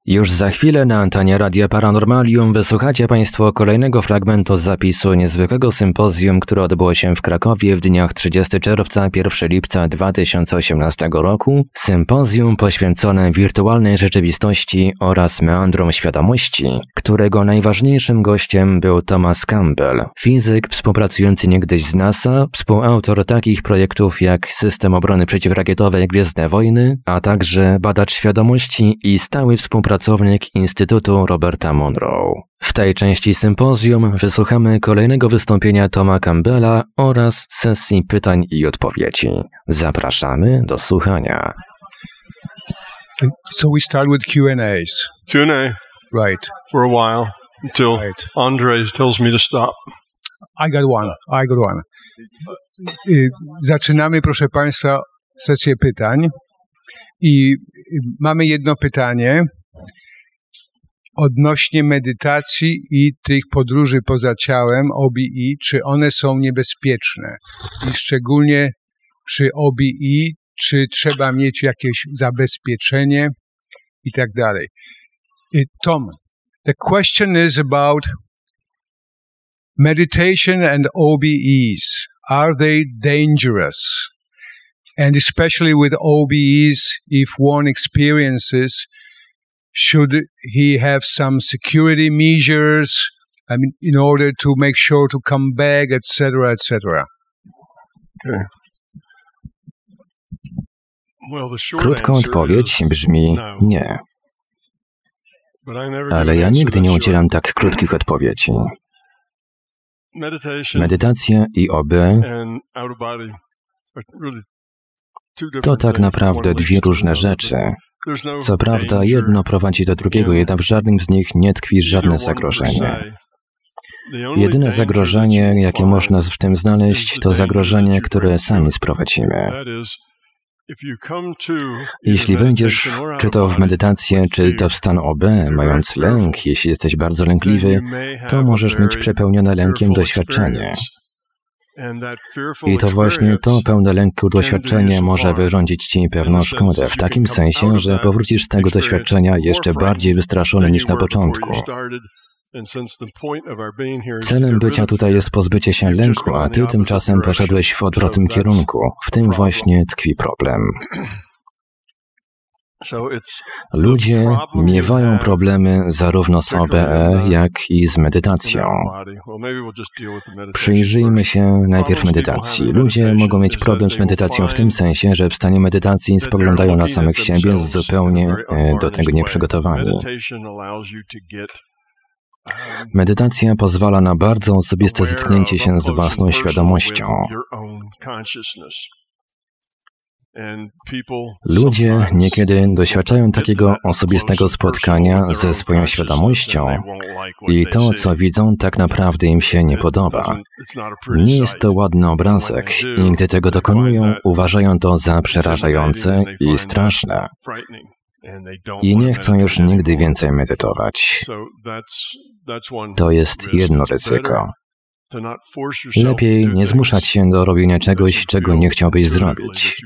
Już za chwilę na antenie Radia Paranormalium wysłuchacie Państwo kolejnego fragmentu z zapisu niezwykłego sympozjum, które odbyło się w Krakowie w dniach 30 czerwca, 1 lipca 2018 roku. Sympozjum poświęcone wirtualnej rzeczywistości oraz meandrom świadomości, którego najważniejszym gościem był Thomas Campbell, fizyk współpracujący niegdyś z NASA, współautor takich projektów jak System Obrony Przeciwrakietowej Gwiezdne Wojny, a także badacz świadomości i stały współpracownik Instytutu Roberta Monroe. W tej części sympozjum wysłuchamy kolejnego wystąpienia Toma Campbella oraz sesji pytań i odpowiedzi. Zapraszamy do słuchania. So we start with Q&As. Q&A. Right. For a while, until Andre tells me to stop. I got one. Zaczynamy, proszę Państwa, sesję pytań. I mamy jedno pytanie odnośnie medytacji i tych podróży poza ciałem, OBE, czy one są niebezpieczne? I szczególnie przy OBE, czy trzeba mieć jakieś zabezpieczenie i tak dalej. Tom, the question is about meditation and OBEs. Are they dangerous? And especially with OBEs, if one experiences, should he have some security measures, in order to make sure to come back, etc., etc.? Okay. Krótka odpowiedź brzmi nie. Ale ja nigdy nie udzielam tak krótkich odpowiedzi. Medytacja i OB to tak naprawdę dwie różne rzeczy. Co prawda jedno prowadzi do drugiego, jednak w żadnym z nich nie tkwi żadne zagrożenie. Jedyne zagrożenie, jakie można w tym znaleźć, to zagrożenie, które sami sprowadzimy. Jeśli wejdziesz czy to w medytację, czy to w stan OB, mając lęk, jeśli jesteś bardzo lękliwy, to możesz mieć przepełnione lękiem doświadczenie. I to właśnie to pełne lęku doświadczenie może wyrządzić Ci pewną szkodę, w takim sensie, że powrócisz z tego doświadczenia jeszcze bardziej wystraszony niż na początku. Celem bycia tutaj jest pozbycie się lęku, a Ty tymczasem poszedłeś w odwrotnym kierunku. W tym właśnie tkwi problem. Ludzie miewają problemy zarówno z OBE, jak i z medytacją. Przyjrzyjmy się najpierw medytacji. Ludzie mogą mieć problem z medytacją w tym sensie, że w stanie medytacji spoglądają na samych siebie zupełnie do tego nieprzygotowani. Medytacja pozwala na bardzo osobiste zetknięcie się z własną świadomością. Ludzie niekiedy doświadczają takiego osobistego spotkania ze swoją świadomością i to, co widzą, tak naprawdę im się nie podoba. Nie jest to ładny obrazek i gdy tego dokonują, uważają to za przerażające i straszne. I nie chcą już nigdy więcej medytować. To jest jedno ryzyko. Lepiej nie zmuszać się do robienia czegoś, czego nie chciałbyś zrobić.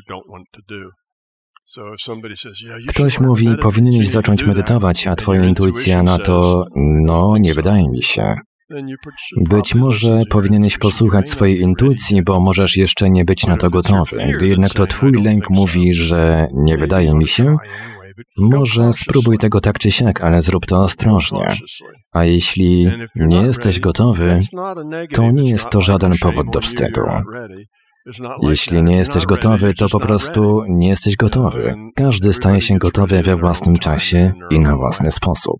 Ktoś mówi, powinieneś zacząć medytować, a twoja intuicja na to, nie wydaje mi się. Być może powinieneś posłuchać swojej intuicji, bo możesz jeszcze nie być na to gotowy. Gdy jednak to twój lęk mówi, że nie wydaje mi się, może spróbuj tego tak czy siak, ale zrób to ostrożnie. A jeśli nie jesteś gotowy, to nie jest to żaden powód do wstydu. Jeśli nie jesteś gotowy, to po prostu nie jesteś gotowy. Każdy staje się gotowy we własnym czasie i na własny sposób.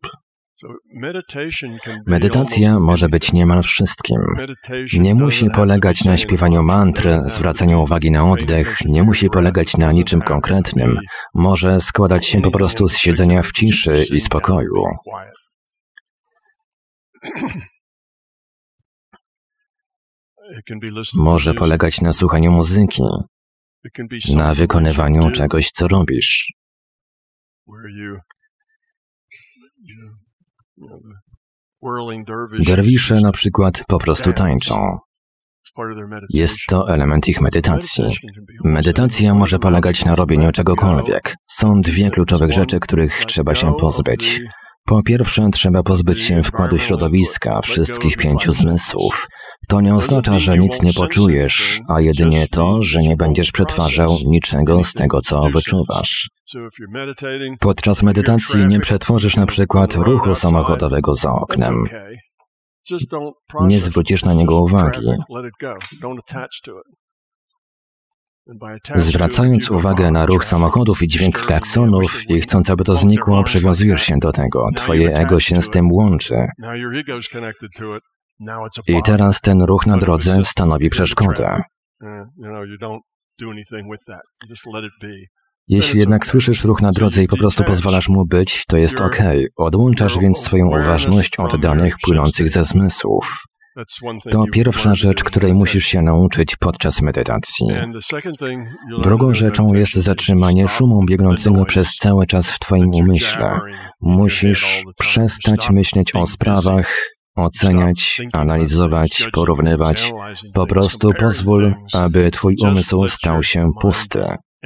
Medytacja może być niemal wszystkim. Nie musi polegać na śpiewaniu mantr, zwracaniu uwagi na oddech, nie musi polegać na niczym konkretnym. Może składać się po prostu z siedzenia w ciszy i spokoju. Może polegać na słuchaniu muzyki, na wykonywaniu czegoś, co robisz. Derwisze na przykład po prostu tańczą. Jest to element ich medytacji. Medytacja może polegać na robieniu czegokolwiek. Są dwie kluczowe rzeczy, których trzeba się pozbyć. Po pierwsze, trzeba pozbyć się wkładu środowiska, wszystkich 5 zmysłów. To nie oznacza, że nic nie poczujesz, a jedynie to, że nie będziesz przetwarzał niczego z tego, co wyczuwasz. Podczas medytacji nie przetworzysz na przykład ruchu samochodowego za oknem. Nie zwrócisz na niego uwagi. Zwracając uwagę na ruch samochodów i dźwięk klaksonów i chcąc, aby to znikło, przywiązujesz się do tego. Twoje ego się z tym łączy. I teraz ten ruch na drodze stanowi przeszkodę. Jeśli jednak słyszysz ruch na drodze i po prostu pozwalasz mu być, to jest okej. Odłączasz więc swoją uważność od danych płynących ze zmysłów. To pierwsza rzecz, której musisz się nauczyć podczas medytacji. Drugą rzeczą jest zatrzymanie szumu biegnącego przez cały czas w twoim umyśle. Musisz przestać myśleć o sprawach, oceniać, analizować, porównywać. Po prostu pozwól, aby twój umysł stał się pusty.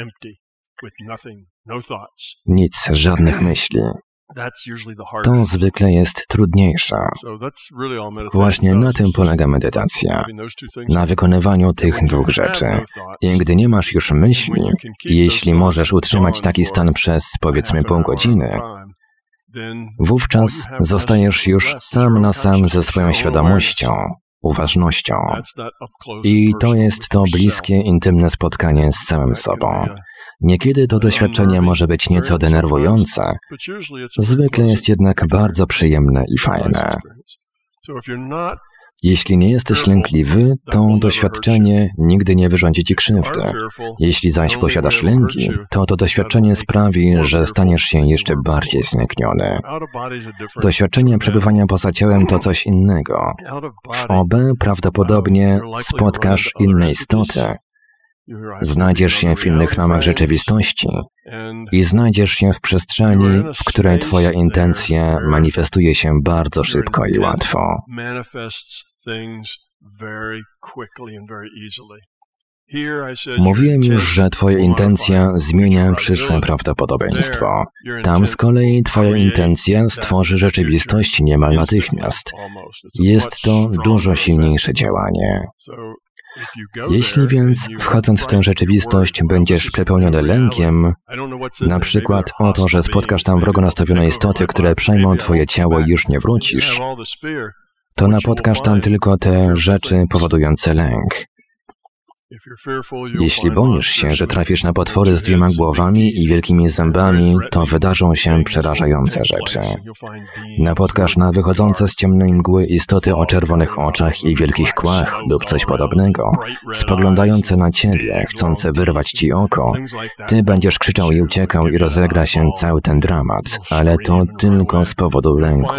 Nic, żadnych myśli. To zwykle jest trudniejsze. Właśnie na tym polega medytacja. Na wykonywaniu tych dwóch rzeczy. I gdy nie masz już myśli, jeśli możesz utrzymać taki stan przez, powiedzmy, pół godziny, wówczas zostajesz już sam na sam ze swoją świadomością, uważnością. I to jest to bliskie, intymne spotkanie z samym sobą. Niekiedy to doświadczenie może być nieco denerwujące, zwykle jest jednak bardzo przyjemne i fajne. Jeśli nie jesteś lękliwy, to doświadczenie nigdy nie wyrządzi ci krzywdy. Jeśli zaś posiadasz lęki, to doświadczenie sprawi, że staniesz się jeszcze bardziej zlękniony. Doświadczenie przebywania poza ciałem to coś innego. W OB prawdopodobnie spotkasz inne istoty. Znajdziesz się w innych ramach rzeczywistości i znajdziesz się w przestrzeni, w której twoja intencja manifestuje się bardzo szybko i łatwo. Mówiłem już, że twoja intencja zmienia przyszłe prawdopodobieństwo. Tam z kolei twoja intencja stworzy rzeczywistość niemal natychmiast. Jest to dużo silniejsze działanie. Jeśli więc, wchodząc w tę rzeczywistość, będziesz przepełniony lękiem, na przykład o to, że spotkasz tam wrogo nastawione istoty, które przejmą twoje ciało i już nie wrócisz, to napotkasz tam tylko te rzeczy powodujące lęk. Jeśli boisz się, że trafisz na potwory z 2 głowami i wielkimi zębami, to wydarzą się przerażające rzeczy. Napotkasz na wychodzące z ciemnej mgły istoty o czerwonych oczach i wielkich kłach lub coś podobnego, spoglądające na ciebie, chcące wyrwać ci oko. Ty będziesz krzyczał i uciekał i rozegra się cały ten dramat, ale to tylko z powodu lęku.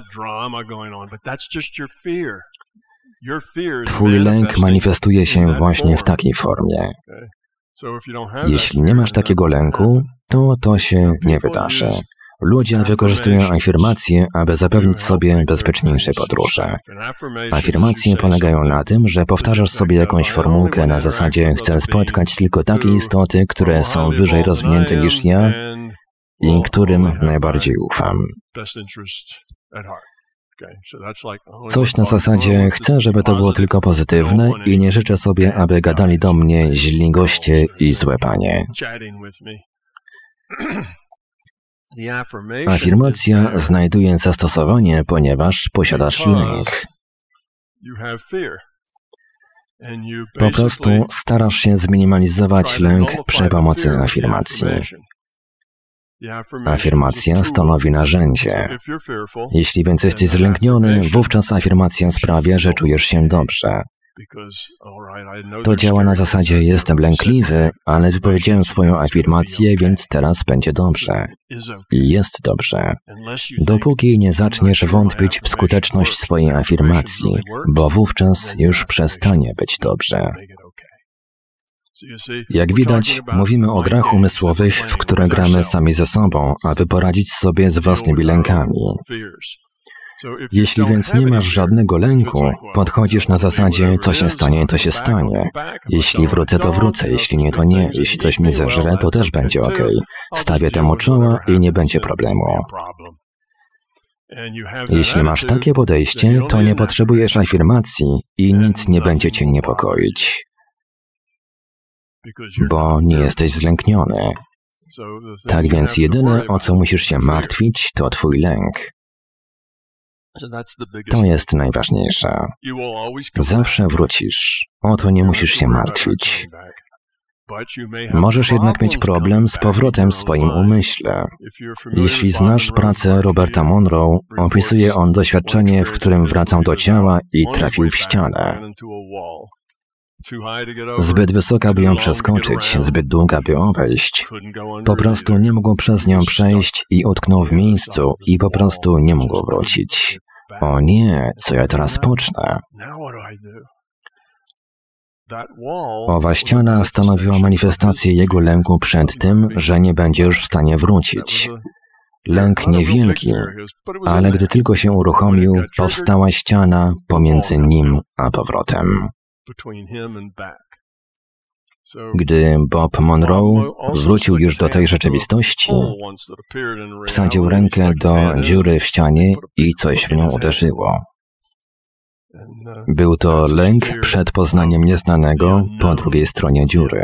Twój lęk manifestuje się właśnie w takiej formie. Jeśli nie masz takiego lęku, to się nie wydarzy. Ludzie wykorzystują afirmacje, aby zapewnić sobie bezpieczniejsze podróże. Afirmacje polegają na tym, że powtarzasz sobie jakąś formułkę na zasadzie chcę spotkać tylko takie istoty, które są wyżej rozwinięte niż ja i którym najbardziej ufam. Coś na zasadzie chcę, żeby to było tylko pozytywne i nie życzę sobie, aby gadali do mnie źli goście i złe panie. Afirmacja znajduje zastosowanie, ponieważ posiadasz lęk. Po prostu starasz się zminimalizować lęk przy pomocy afirmacji. Afirmacja stanowi narzędzie. Jeśli więc jesteś zlękniony, wówczas afirmacja sprawia, że czujesz się dobrze. To działa na zasadzie jestem lękliwy, ale wypowiedziałem swoją afirmację, więc teraz będzie dobrze. I jest dobrze. Dopóki nie zaczniesz wątpić w skuteczność swojej afirmacji, bo wówczas już przestanie być dobrze. Jak widać, mówimy o grach umysłowych, w które gramy sami ze sobą, aby poradzić sobie z własnymi lękami. Jeśli więc nie masz żadnego lęku, podchodzisz na zasadzie, co się stanie, to się stanie. Jeśli wrócę, to wrócę, jeśli nie, to nie. Jeśli coś mnie zeżre, to też będzie okej. Stawię temu czoła i nie będzie problemu. Jeśli masz takie podejście, to nie potrzebujesz afirmacji i nic nie będzie cię niepokoić, bo nie jesteś zlękniony. Tak więc jedyne, o co musisz się martwić, to twój lęk. To jest najważniejsze. Zawsze wrócisz. O to nie musisz się martwić. Możesz jednak mieć problem z powrotem w swoim umyśle. Jeśli znasz pracę Roberta Monroe, opisuje on doświadczenie, w którym wracał do ciała i trafił w ścianę. Zbyt wysoka, by ją przeskoczyć, zbyt długa, by obejść. Po prostu nie mógł przez nią przejść i utknął w miejscu i po prostu nie mógł wrócić. O nie, co ja teraz pocznę? Owa ściana stanowiła manifestację jego lęku przed tym, że nie będzie już w stanie wrócić. Lęk niewielki, ale gdy tylko się uruchomił, powstała ściana pomiędzy nim a powrotem. Gdy Bob Monroe wrócił już do tej rzeczywistości, wsadził rękę do dziury w ścianie i coś w nią uderzyło. Był to lęk przed poznaniem nieznanego po drugiej stronie dziury.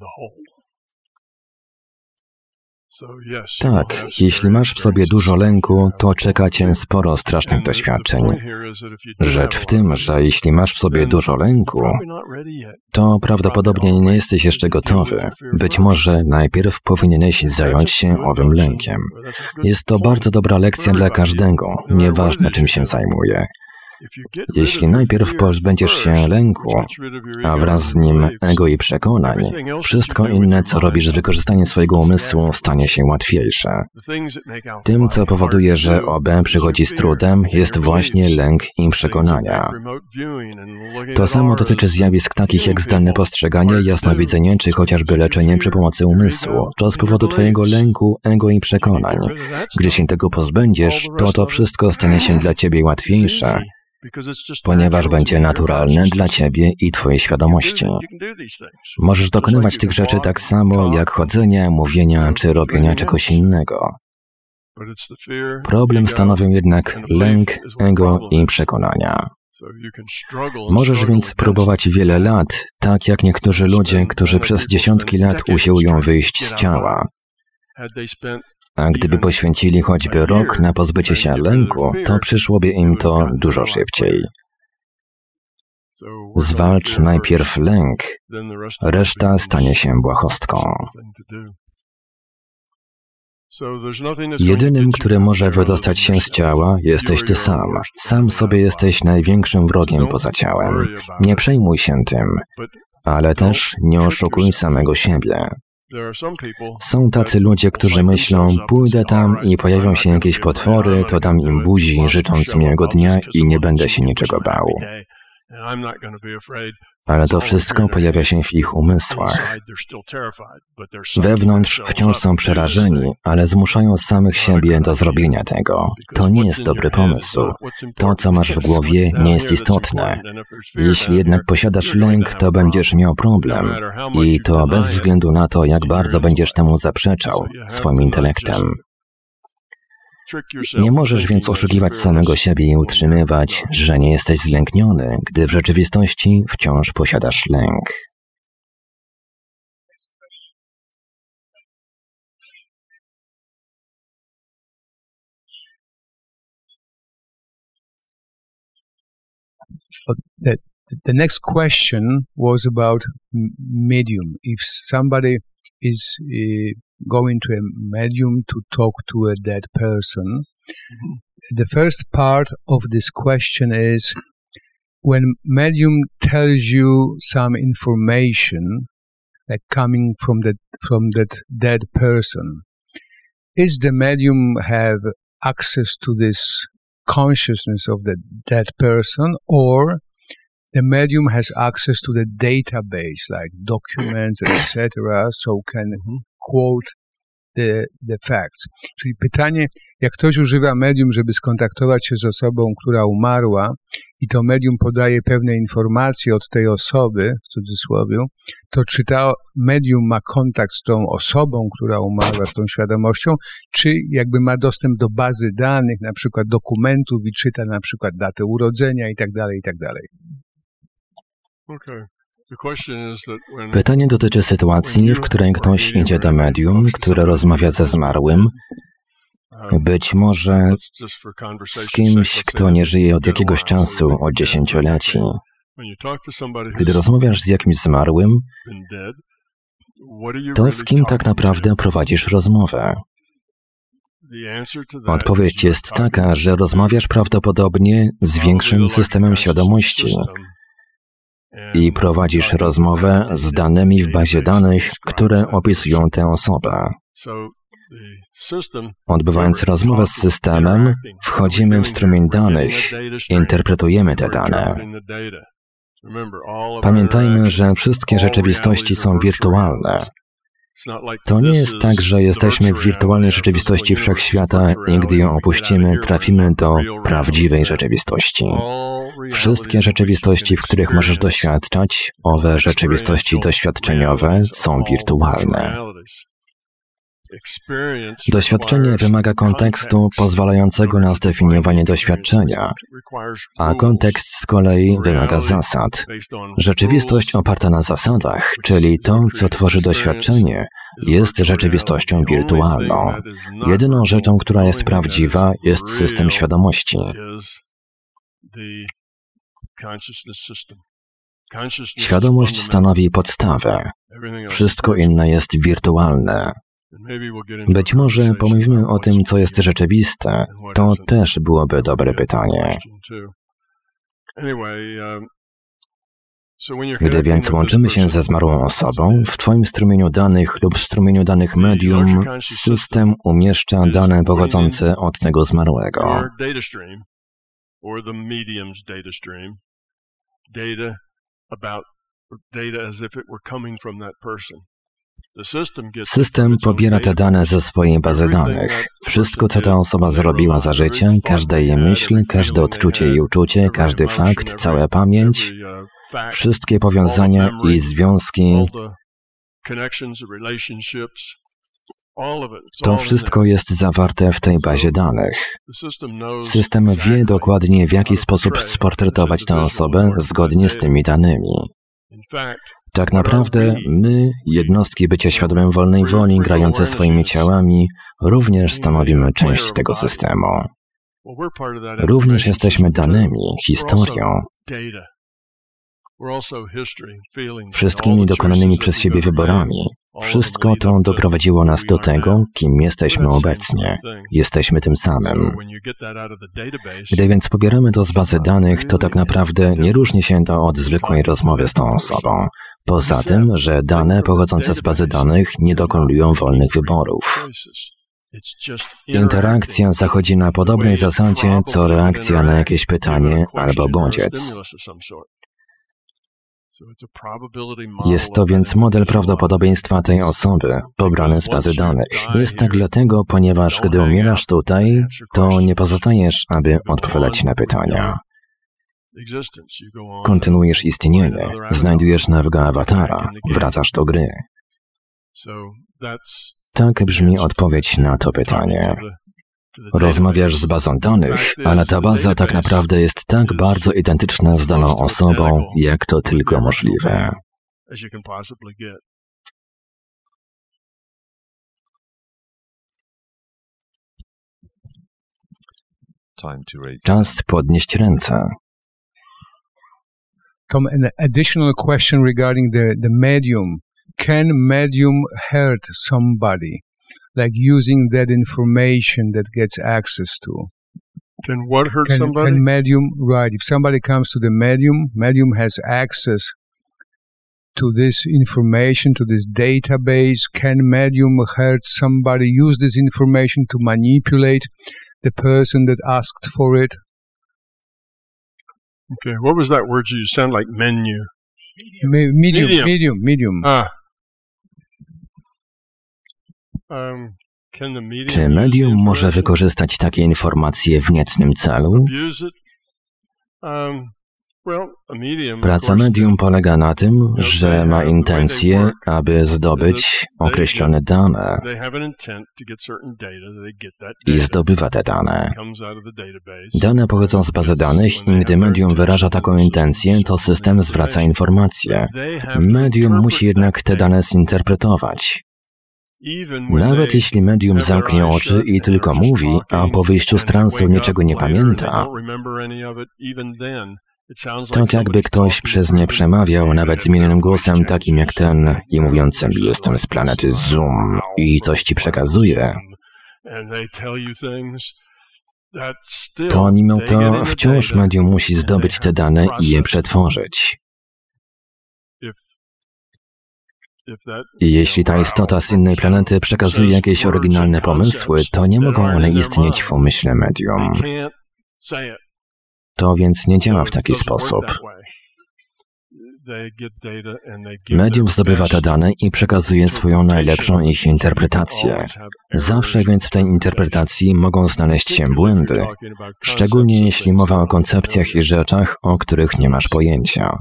Tak, jeśli masz w sobie dużo lęku, to czeka cię sporo strasznych doświadczeń. Rzecz w tym, że jeśli masz w sobie dużo lęku, to prawdopodobnie nie jesteś jeszcze gotowy. Być może najpierw powinieneś zająć się owym lękiem. Jest to bardzo dobra lekcja dla każdego, nieważne czym się zajmuje. Jeśli najpierw pozbędziesz się lęku, a wraz z nim ego i przekonań, wszystko inne, co robisz z wykorzystaniem swojego umysłu, stanie się łatwiejsze. Tym, co powoduje, że OB przychodzi z trudem, jest właśnie lęk i przekonania. To samo dotyczy zjawisk takich jak zdalne postrzeganie, jasnowidzenie, czy chociażby leczenie przy pomocy umysłu. To z powodu twojego lęku, ego i przekonań. Gdy się tego pozbędziesz, to wszystko stanie się dla ciebie łatwiejsze, ponieważ będzie naturalne dla ciebie i twojej świadomości. Możesz dokonywać tych rzeczy tak samo jak chodzenia, mówienia czy robienia czegoś innego. Problem stanowią jednak lęk, ego i przekonania. Możesz więc próbować wiele lat, tak jak niektórzy ludzie, którzy przez dziesiątki lat usiłują wyjść z ciała. A gdyby poświęcili choćby rok na pozbycie się lęku, to przyszłoby im to dużo szybciej. Zwalcz najpierw lęk, reszta stanie się błahostką. Jedynym, który może wydostać się z ciała, jesteś ty sam. Sam sobie jesteś największym wrogiem poza ciałem. Nie przejmuj się tym, ale też nie oszukuj samego siebie. Są tacy ludzie, którzy myślą, pójdę tam i pojawią się jakieś potwory, to dam im buzi, życząc miłego dnia i nie będę się niczego bał. Ale to wszystko pojawia się w ich umysłach. Wewnątrz wciąż są przerażeni, ale zmuszają samych siebie do zrobienia tego. To nie jest dobry pomysł. To, co masz w głowie, nie jest istotne. Jeśli jednak posiadasz lęk, to będziesz miał problem. I to bez względu na to, jak bardzo będziesz temu zaprzeczał swoim intelektem. Nie możesz więc oszukiwać samego siebie i utrzymywać, że nie jesteś zlękniony, gdy w rzeczywistości wciąż posiadasz lęk. The next question was about medium. If somebody is going to a medium to talk to a dead person, the first part of this question is, when medium tells you some information like coming from that dead person, is the medium have access to this consciousness of the dead person, or the medium has access to the database like documents, etc., so can quote the facts. Czyli pytanie, jak ktoś używa medium, żeby skontaktować się z osobą, która umarła i to medium podaje pewne informacje od tej osoby, w cudzysłowie, to czy ta medium ma kontakt z tą osobą, która umarła, z tą świadomością, czy jakby ma dostęp do bazy danych, na przykład dokumentów i czyta na przykład datę urodzenia i tak dalej, i tak dalej. Okay. Pytanie dotyczy sytuacji, w której ktoś idzie do medium, które rozmawia ze zmarłym, być może z kimś, kto nie żyje od jakiegoś czasu, od dziesięcioleci. Gdy rozmawiasz z jakimś zmarłym, to z kim tak naprawdę prowadzisz rozmowę? Odpowiedź jest taka, że rozmawiasz prawdopodobnie z większym systemem świadomości i prowadzisz rozmowę z danymi w bazie danych, które opisują tę osobę. Odbywając rozmowę z systemem, wchodzimy w strumień danych, interpretujemy te dane. Pamiętajmy, że wszystkie rzeczywistości są wirtualne. To nie jest tak, że jesteśmy w wirtualnej rzeczywistości wszechświata i gdy ją opuścimy, trafimy do prawdziwej rzeczywistości. Wszystkie rzeczywistości, w których możesz doświadczać, owe rzeczywistości doświadczeniowe, są wirtualne. Doświadczenie wymaga kontekstu pozwalającego na zdefiniowanie doświadczenia, a kontekst z kolei wymaga zasad. Rzeczywistość oparta na zasadach, czyli to, co tworzy doświadczenie, jest rzeczywistością wirtualną. Jedyną rzeczą, która jest prawdziwa, jest system świadomości. Świadomość stanowi podstawę. Wszystko inne jest wirtualne. Być może pomówimy o tym, co jest rzeczywiste. To też byłoby dobre pytanie. Gdy więc łączymy się ze zmarłą osobą, w Twoim strumieniu danych lub strumieniu danych medium, system umieszcza dane pochodzące od tego zmarłego. System pobiera te dane ze swojej bazy danych. Wszystko, co ta osoba zrobiła za życie, każda jej myśl, każde odczucie i uczucie, każdy fakt, cała pamięć, wszystkie powiązania i związki, to wszystko jest zawarte w tej bazie danych. System wie dokładnie, w jaki sposób sportretować tę osobę zgodnie z tymi danymi. Tak naprawdę my, jednostki bycia świadomym wolnej woli, grające swoimi ciałami, również stanowimy część tego systemu. Również jesteśmy danymi, historią, wszystkimi dokonanymi przez siebie wyborami. Wszystko to doprowadziło nas do tego, kim jesteśmy obecnie. Jesteśmy tym samym. Gdy więc pobieramy to z bazy danych, to tak naprawdę nie różni się to od zwykłej rozmowy z tą osobą. Poza tym, że dane pochodzące z bazy danych nie dokonują wolnych wyborów. Interakcja zachodzi na podobnej zasadzie, co reakcja na jakieś pytanie albo bodziec. Jest to więc model prawdopodobieństwa tej osoby, pobrany z bazy danych. Jest tak dlatego, ponieważ gdy umierasz tutaj, to nie pozostajesz, aby odpowiadać na pytania. Kontynuujesz istnienie, znajdujesz nowego awatara, wracasz do gry. Tak brzmi odpowiedź na to pytanie. Rozmawiasz z bazą danych, ale ta baza tak naprawdę jest tak bardzo identyczna z daną osobą, jak to tylko możliwe. Czas podnieść ręce. Tom, an additional question regarding the medium. Can medium hurt somebody? Like using that information that gets access to. Can what hurt somebody? Can medium, right, if somebody comes to the medium has access to this information, to this database. Can medium hurt somebody, use this information to manipulate the person that asked for it? Okay, what was that word you used? Sound like menu. Medium. Ah. Czy medium może wykorzystać takie informacje w niecnym celu? Praca medium polega na tym, że ma intencję, aby zdobyć określone dane i zdobywa te dane. Dane pochodzą z bazy danych i gdy medium wyraża taką intencję, to system zwraca informację. Medium musi jednak te dane zinterpretować. Nawet jeśli medium zamknie oczy i tylko mówi, a po wyjściu z transu niczego nie pamięta, tak jakby ktoś przez nie przemawiał, nawet zmienionym głosem, takim jak ten, i mówiącym: jestem z planety Zoom i coś ci przekazuje, to mimo to wciąż medium musi zdobyć te dane i je przetworzyć. I jeśli ta istota z innej planety przekazuje jakieś oryginalne pomysły, to nie mogą one istnieć w umyśle medium. To więc nie działa w taki sposób. Medium zdobywa te dane i przekazuje swoją najlepszą ich interpretację. Zawsze więc w tej interpretacji mogą znaleźć się błędy, szczególnie jeśli mowa o koncepcjach i rzeczach, o których nie masz pojęcia.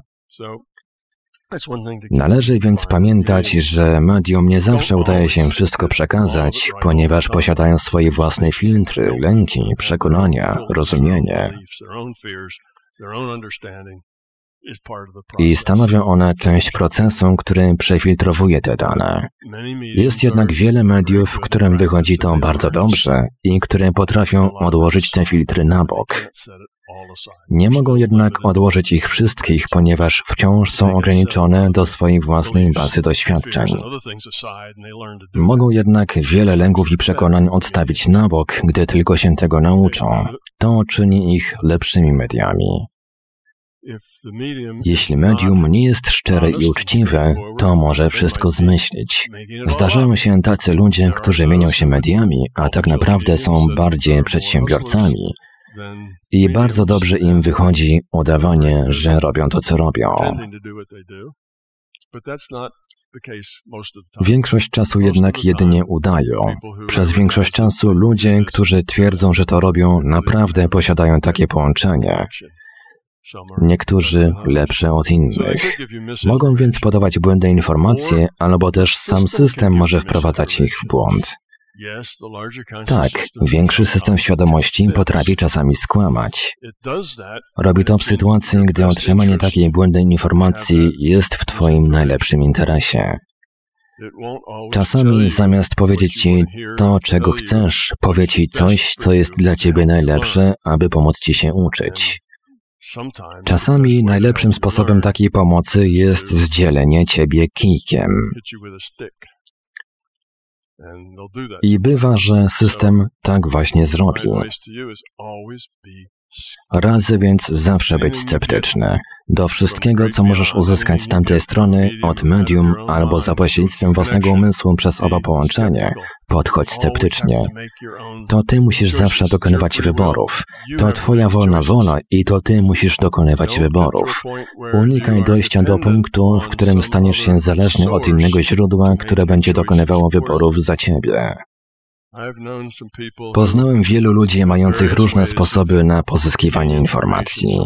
Należy więc pamiętać, że medium nie zawsze udaje się wszystko przekazać, ponieważ posiadają swoje własne filtry, lęki, przekonania, rozumienie. I stanowią one część procesu, który przefiltrowuje te dane. Jest jednak wiele mediów, którym wychodzi to bardzo dobrze i które potrafią odłożyć te filtry na bok. Nie mogą jednak odłożyć ich wszystkich, ponieważ wciąż są ograniczone do swojej własnej bazy doświadczeń. Mogą jednak wiele lęków i przekonań odstawić na bok, gdy tylko się tego nauczą. To czyni ich lepszymi mediami. Jeśli medium nie jest szczere i uczciwe, to może wszystko zmyślić. Zdarzają się tacy ludzie, którzy mienią się mediami, a tak naprawdę są bardziej przedsiębiorcami. I bardzo dobrze im wychodzi udawanie, że robią to, co robią. Większość czasu jednak jedynie udają. Przez większość czasu ludzie, którzy twierdzą, że to robią, naprawdę posiadają takie połączenie. Niektórzy lepsze od innych. Mogą więc podawać błędne informacje, albo też sam system może wprowadzać ich w błąd. Tak, większy system świadomości potrafi czasami skłamać. Robi to w sytuacji, gdy otrzymanie takiej błędnej informacji jest w Twoim najlepszym interesie. Czasami zamiast powiedzieć Ci to, czego chcesz, powie Ci coś, co jest dla Ciebie najlepsze, aby pomóc Ci się uczyć. Czasami najlepszym sposobem takiej pomocy jest zdzielenie Ciebie kijkiem. I bywa, że system tak właśnie zrobi. Radzę więc zawsze być sceptyczny. Do wszystkiego, co możesz uzyskać z tamtej strony, od medium albo za pośrednictwem własnego umysłu przez owo połączenie, podchodź sceptycznie. To Ty musisz zawsze dokonywać wyborów. To Twoja wolna wola i to Ty musisz dokonywać wyborów. Unikaj dojścia do punktu, w którym staniesz się zależny od innego źródła, które będzie dokonywało wyborów za Ciebie. Poznałem wielu ludzi mających różne sposoby na pozyskiwanie informacji.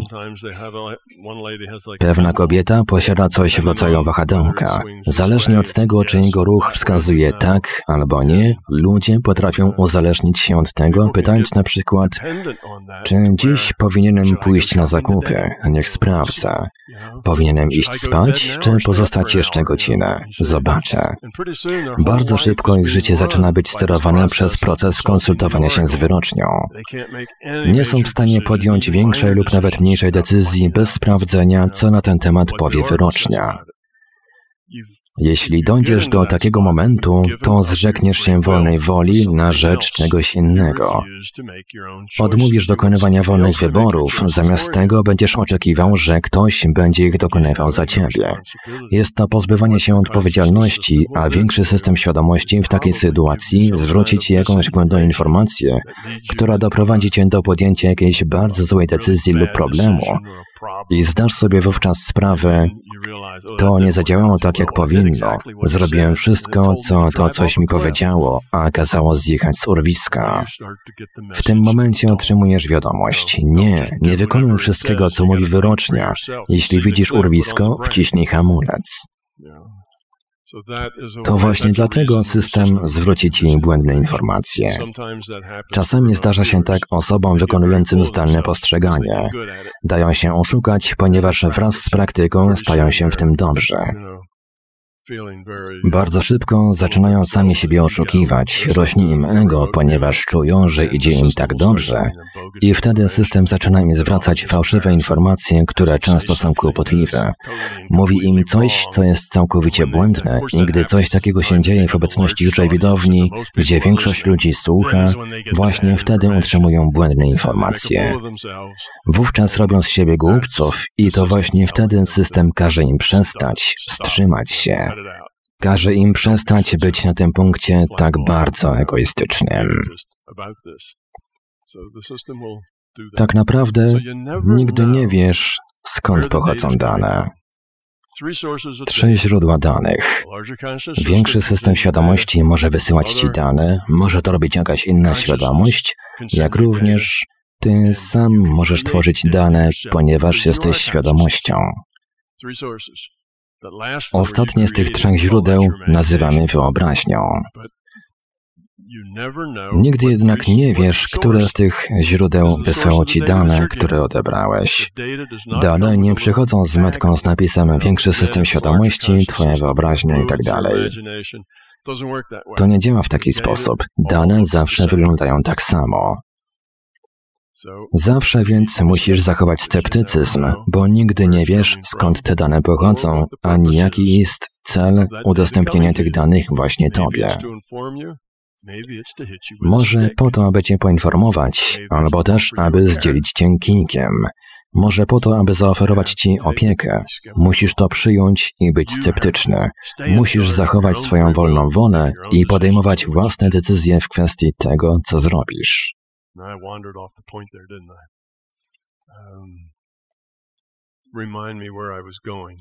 Pewna kobieta posiada coś w rodzaju wahadełka. Zależnie od tego, czy jego ruch wskazuje tak albo nie, ludzie potrafią uzależnić się od tego, pytając na przykład, czy dziś powinienem pójść na zakupy? Niech sprawdzę. Powinienem iść spać, czy pozostać jeszcze godzinę? Zobaczę. Bardzo szybko ich życie zaczyna być sterowane przez proces konsultowania się z wyrocznią. Nie są w stanie podjąć większej lub nawet mniejszej decyzji bez sprawdzenia, co na ten temat powie wyrocznia. Jeśli dojdziesz do takiego momentu, to zrzekniesz się wolnej woli na rzecz czegoś innego. Odmówisz dokonywania wolnych wyborów, zamiast tego będziesz oczekiwał, że ktoś będzie ich dokonywał za ciebie. Jest to pozbywanie się odpowiedzialności, a większy system świadomości w takiej sytuacji zwróci ci jakąś błędną informację, która doprowadzi cię do podjęcia jakiejś bardzo złej decyzji lub problemu. I zdasz sobie wówczas sprawę, to nie zadziałało tak, jak powinno, powinno. Zrobiłem wszystko, co to coś mi powiedziało, a kazało zjechać z urwiska. W tym momencie otrzymujesz wiadomość. Nie wykonuj wszystkiego, co mówi wyrocznia. Jeśli widzisz urwisko, wciśnij hamulec. To właśnie dlatego system zwróci Ci błędne informacje. Czasami zdarza się tak osobom wykonującym zdalne postrzeganie. Dają się oszukać, ponieważ wraz z praktyką stają się w tym dobrzy. Bardzo szybko zaczynają sami siebie oszukiwać, rośnie im ego, ponieważ czują, że idzie im tak dobrze i wtedy system zaczyna im zwracać fałszywe informacje, które często są kłopotliwe. Mówi im coś, co jest całkowicie błędne i gdy coś takiego się dzieje w obecności dużej widowni, gdzie większość ludzi słucha, właśnie wtedy otrzymują błędne informacje. Wówczas robią z siebie głupców i to właśnie wtedy system każe im przestać, wstrzymać się. Każe im przestać być na tym punkcie tak bardzo egoistycznym. Tak naprawdę nigdy nie wiesz, skąd pochodzą dane. 3 źródła danych. Większy system świadomości może wysyłać Ci dane, może to robić jakaś inna świadomość, jak również Ty sam możesz tworzyć dane, ponieważ jesteś świadomością. Ostatnie z tych 3 źródeł nazywamy wyobraźnią. Nigdy jednak nie wiesz, które z tych źródeł wysłało Ci dane, które odebrałeś. Dane nie przychodzą z metką z napisem większy system świadomości, Twoja wyobraźnia itd. To nie działa w taki sposób. Dane zawsze wyglądają tak samo. Zawsze więc musisz zachować sceptycyzm, bo nigdy nie wiesz, skąd te dane pochodzą, ani jaki jest cel udostępnienia tych danych właśnie Tobie. Może po to, aby Cię poinformować, albo też, aby zdzielić Cię kijkiem. Może po to, aby zaoferować Ci opiekę. Musisz to przyjąć i być sceptyczny. Musisz zachować swoją wolną wolę i podejmować własne decyzje w kwestii tego, co zrobisz. I wandered off the point there, didn't I? Remind me where I was going.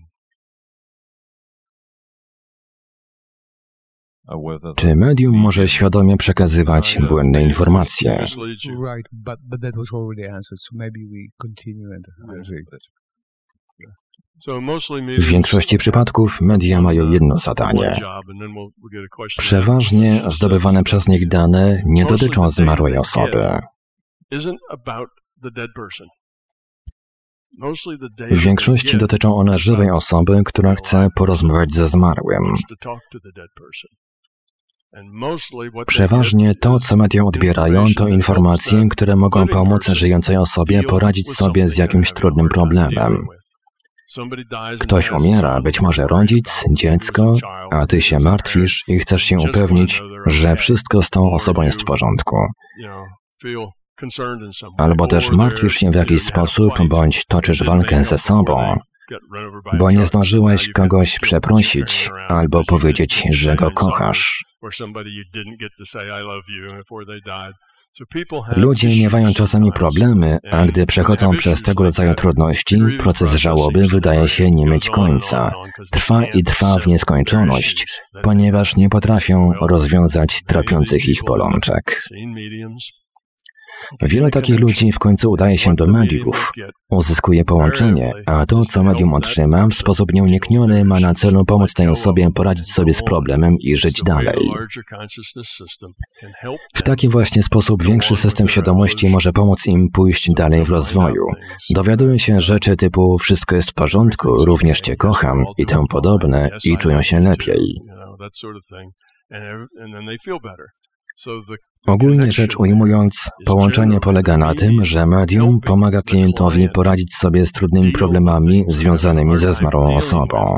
Czy medium może świadomie przekazywać błędne informacje? W większości przypadków media mają jedno zadanie. Przeważnie zdobywane przez nich dane nie dotyczą zmarłej osoby. W większości dotyczą one żywej osoby, która chce porozmawiać ze zmarłym. Przeważnie to, co media odbierają, to informacje, które mogą pomóc żyjącej osobie poradzić sobie z jakimś trudnym problemem. Ktoś umiera, być może rodzic, dziecko, a Ty się martwisz i chcesz się upewnić, że wszystko z tą osobą jest w porządku. Albo też martwisz się w jakiś sposób, bądź toczysz walkę ze sobą, bo nie zdążyłeś kogoś przeprosić albo powiedzieć, że go kochasz. Ludzie miewają czasami problemy, a gdy przechodzą przez tego rodzaju trudności, proces żałoby wydaje się nie mieć końca. Trwa i trwa w nieskończoność, ponieważ nie potrafią rozwiązać trapiących ich bolączek. Wielu takich ludzi w końcu udaje się do mediów, uzyskuje połączenie, a to, co medium otrzyma, w sposób nieunikniony ma na celu pomóc tej osobie poradzić sobie z problemem i żyć dalej. W taki właśnie sposób większy system świadomości może pomóc im pójść dalej w rozwoju. Dowiadują się rzeczy typu wszystko jest w porządku, również Cię kocham i tym podobne i czują się lepiej. Ogólnie rzecz ujmując, połączenie polega na tym, że medium pomaga klientowi poradzić sobie z trudnymi problemami związanymi ze zmarłą osobą.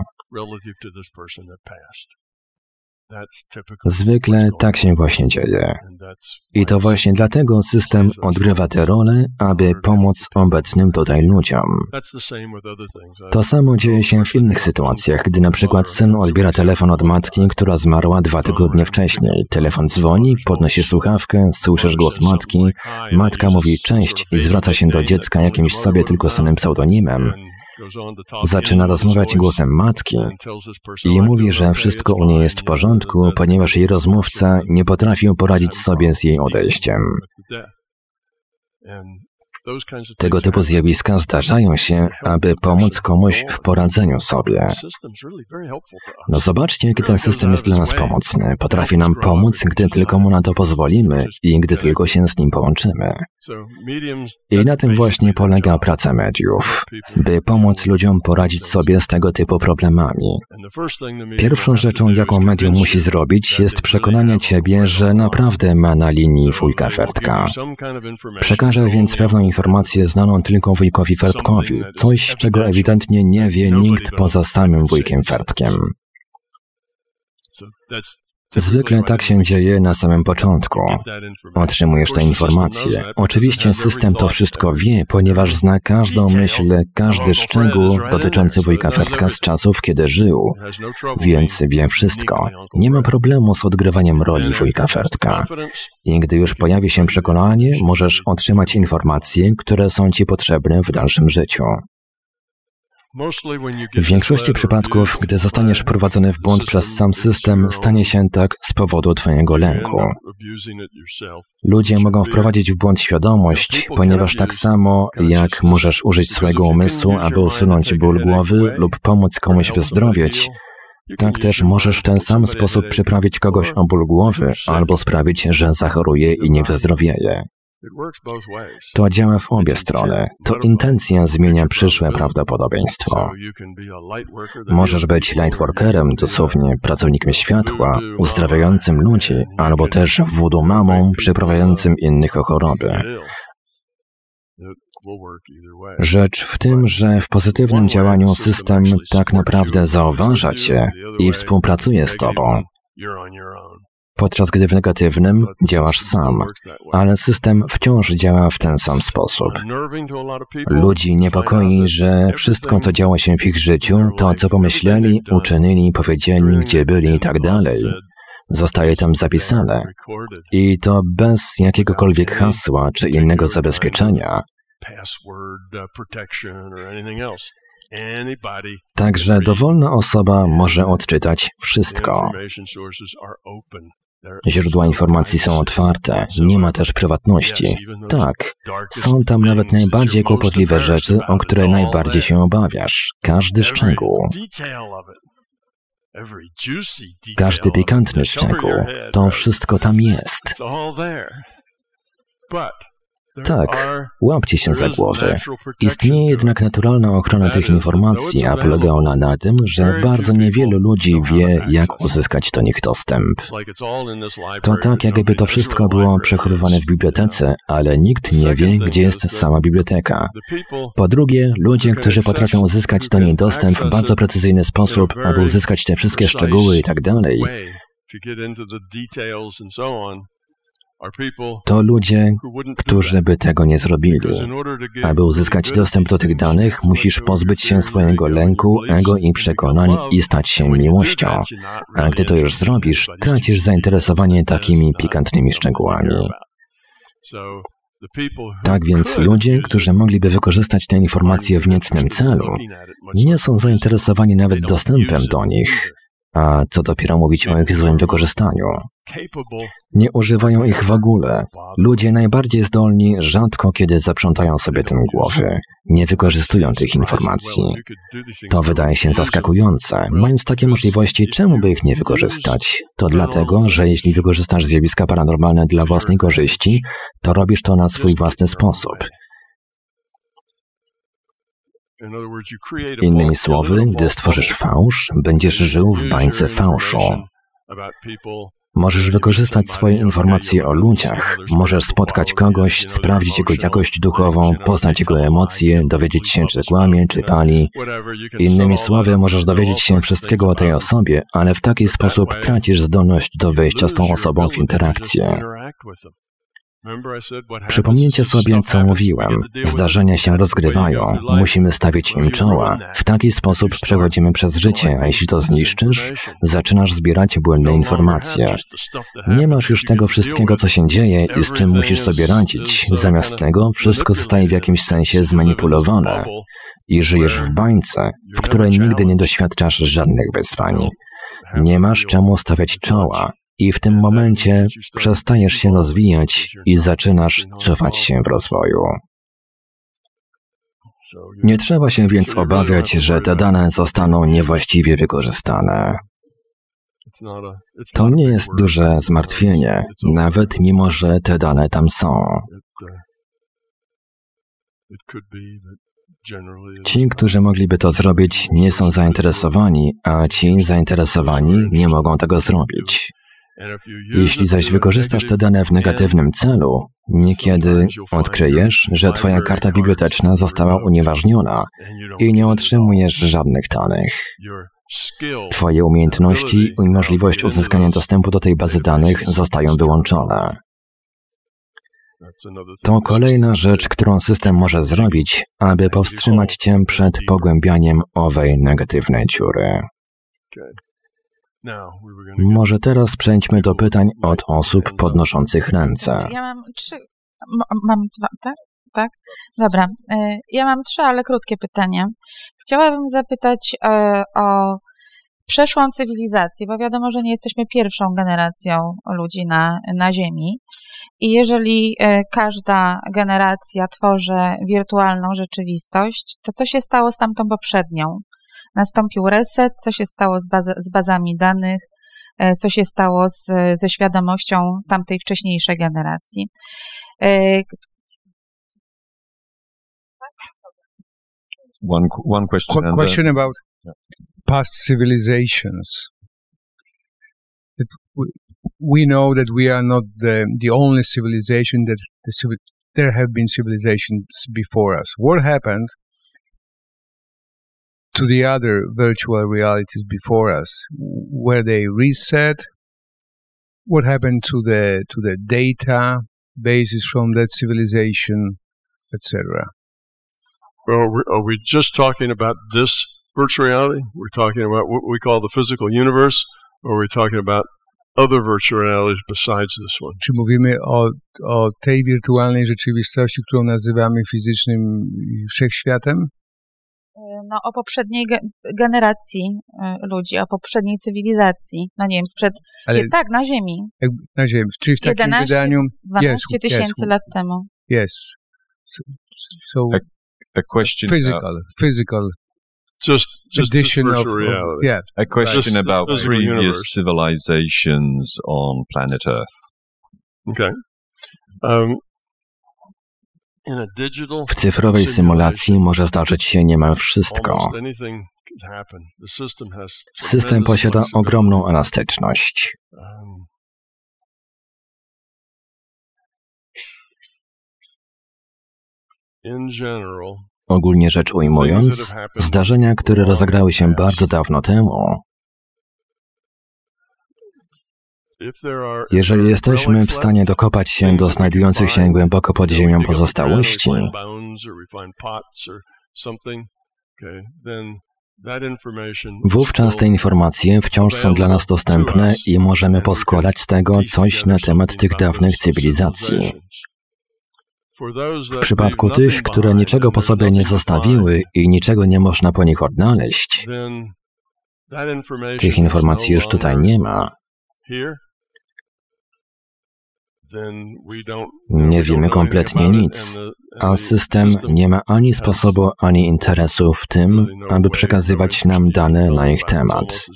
Zwykle tak się właśnie dzieje. I to właśnie dlatego system odgrywa tę rolę, aby pomóc obecnym tutaj ludziom. To samo dzieje się w innych sytuacjach, gdy na przykład syn odbiera telefon od matki, która zmarła 2 tygodnie wcześniej. Telefon dzwoni, podnosi słuchawkę, słyszysz głos matki, matka mówi cześć i zwraca się do dziecka jakimś sobie tylko samym pseudonimem. Zaczyna rozmawiać głosem matki i mówi, że wszystko u niej jest w porządku, ponieważ jej rozmówca nie potrafił poradzić sobie z jej odejściem. Tego typu zjawiska zdarzają się, aby pomóc komuś w poradzeniu sobie. No zobaczcie, jaki ten system jest dla nas pomocny. Potrafi nam pomóc, gdy tylko mu na to pozwolimy i gdy tylko się z nim połączymy. I na tym właśnie polega praca mediów, by pomóc ludziom poradzić sobie z tego typu problemami. Pierwszą rzeczą, jaką medium musi zrobić, jest przekonanie ciebie, że naprawdę ma na linii wujka Fertka. Przekaże więc pewną informację znaną tylko wujkowi Fertkowi, coś, czego ewidentnie nie wie nikt poza samym wujkiem Fertkiem. Zwykle tak się dzieje na samym początku. Otrzymujesz tę informację. Oczywiście system to wszystko wie, ponieważ zna każdą myśl, każdy szczegół dotyczący wujka Fertka z czasów, kiedy żył. Więc wie wszystko. Nie ma problemu z odgrywaniem roli wujka Fertka. I gdy już pojawi się przekonanie, możesz otrzymać informacje, które są ci potrzebne w dalszym życiu. W większości przypadków, gdy zostaniesz wprowadzony w błąd przez sam system, stanie się tak z powodu twojego lęku. Ludzie mogą wprowadzić w błąd świadomość, ponieważ tak samo jak możesz użyć swojego umysłu, aby usunąć ból głowy lub pomóc komuś wyzdrowieć, tak też możesz w ten sam sposób przyprawić kogoś o ból głowy albo sprawić, że zachoruje i nie wyzdrowieje. To działa w obie strony. To intencja zmienia przyszłe prawdopodobieństwo. Możesz być lightworkerem, dosłownie pracownikiem światła, uzdrawiającym ludzi, albo też voodoo mamą, przyprawiającym innych o choroby. Rzecz w tym, że w pozytywnym działaniu system tak naprawdę zauważa cię i współpracuje z tobą. Podczas gdy w negatywnym działasz sam, ale system wciąż działa w ten sam sposób. Ludzi niepokoi, że wszystko, co działo się w ich życiu, to co pomyśleli, uczynili, powiedzieli, gdzie byli i tak dalej, zostaje tam zapisane. I to bez jakiegokolwiek hasła czy innego zabezpieczenia. Także dowolna osoba może odczytać wszystko. Źródła informacji są otwarte, nie ma też prywatności. Tak, są tam nawet najbardziej kłopotliwe rzeczy, o które najbardziej się obawiasz. Każdy szczegół. Każdy pikantny szczegół. To wszystko tam jest. Tak, łapcie się za głowę. Istnieje jednak naturalna ochrona tych informacji, a polega ona na tym, że bardzo niewielu ludzi wie, jak uzyskać do nich dostęp. To tak, jakby to wszystko było przechowywane w bibliotece, ale nikt nie wie, gdzie jest sama biblioteka. Po drugie, ludzie, którzy potrafią uzyskać do niej dostęp w bardzo precyzyjny sposób, aby uzyskać te wszystkie szczegóły i tak dalej, to ludzie, którzy by tego nie zrobili. Aby uzyskać dostęp do tych danych, musisz pozbyć się swojego lęku, ego i przekonań i stać się miłością. A gdy to już zrobisz, tracisz zainteresowanie takimi pikantnymi szczegółami. Tak więc ludzie, którzy mogliby wykorzystać te informacje w niecnym celu, nie są zainteresowani nawet dostępem do nich. A co dopiero mówić o ich złym wykorzystaniu. Nie używają ich w ogóle. Ludzie najbardziej zdolni rzadko kiedy zaprzątają sobie tym głowy. Nie wykorzystują tych informacji. To wydaje się zaskakujące. Mając takie możliwości, czemu by ich nie wykorzystać? To dlatego, że jeśli wykorzystasz zjawiska paranormalne dla własnej korzyści, to robisz to na swój własny sposób. Innymi słowy, gdy stworzysz fałsz, będziesz żył w bańce fałszu. Możesz wykorzystać swoje informacje o ludziach, możesz spotkać kogoś, sprawdzić jego jakość duchową, poznać jego emocje, dowiedzieć się, czy kłamie, czy pali. Innymi słowy, możesz dowiedzieć się wszystkiego o tej osobie, ale w taki sposób tracisz zdolność do wejścia z tą osobą w interakcję. Przypomnijcie sobie, co mówiłem. Zdarzenia się rozgrywają. Musimy stawić im czoła. W taki sposób przechodzimy przez życie, a jeśli to zniszczysz, zaczynasz zbierać błędne informacje. Nie masz już tego wszystkiego, co się dzieje i z czym musisz sobie radzić. Zamiast tego wszystko zostaje w jakimś sensie zmanipulowane. I żyjesz w bańce, w której nigdy nie doświadczasz żadnych wyzwań. Nie masz czemu stawiać czoła. I w tym momencie przestajesz się rozwijać i zaczynasz cofać się w rozwoju. Nie trzeba się więc obawiać, że te dane zostaną niewłaściwie wykorzystane. To nie jest duże zmartwienie, nawet mimo że te dane tam są. Ci, którzy mogliby to zrobić, nie są zainteresowani, a ci zainteresowani nie mogą tego zrobić. Jeśli zaś wykorzystasz te dane w negatywnym celu, niekiedy odkryjesz, że twoja karta biblioteczna została unieważniona i nie otrzymujesz żadnych danych. Twoje umiejętności i możliwość uzyskania dostępu do tej bazy danych zostają wyłączone. To kolejna rzecz, którą system może zrobić, aby powstrzymać cię przed pogłębianiem owej negatywnej dziury. Może teraz przejdźmy do pytań od osób podnoszących ręce. Ja mam 3. Mam 2, tak? Tak? Dobra. Ja mam 3, ale krótkie pytania. Chciałabym zapytać o przeszłą cywilizację, bo wiadomo, że nie jesteśmy pierwszą generacją ludzi na Ziemi. I jeżeli każda generacja tworzy wirtualną rzeczywistość, to co się stało z tamtą poprzednią? Nastąpił reset, co się stało z bazami danych, co się stało ze świadomością tamtej wcześniejszej generacji. One question. Question about past civilizations. We know that we are not the only civilization there have been civilizations before us. What happened to the other virtual realities before us? Were they reset? What happened to the data bases from that civilization, etc.? Well, are we just talking about this virtual reality? We're talking about what we call the physical universe, or are we talking about other virtual realities besides this one? Czy mówimy o tej wirtualnej rzeczywistości, którą nazywamy fizycznym wszechświatem? No, o poprzedniej generacji ludzi, o poprzedniej cywilizacji. No nie wiem, tak, na Ziemi. Na Ziemi. Czyli w takim wydaniu... 12 tysięcy lat temu. Yes. So a question... Physical. Just addition of reality. Yeah. A question about previous universe. civilizations on planet Earth. Okay. W cyfrowej symulacji może zdarzyć się niemal wszystko. System posiada ogromną elastyczność. Ogólnie rzecz ujmując, zdarzenia, które rozegrały się bardzo dawno temu, jeżeli jesteśmy w stanie dokopać się do znajdujących się głęboko pod ziemią pozostałości, wówczas te informacje wciąż są dla nas dostępne i możemy poskładać z tego coś na temat tych dawnych cywilizacji. W przypadku tych, które niczego po sobie nie zostawiły i niczego nie można po nich odnaleźć, tych informacji już tutaj nie ma. Nie wiemy kompletnie nic, a system nie ma ani sposobu, ani interesu w tym, aby przekazywać nam dane na ich temat.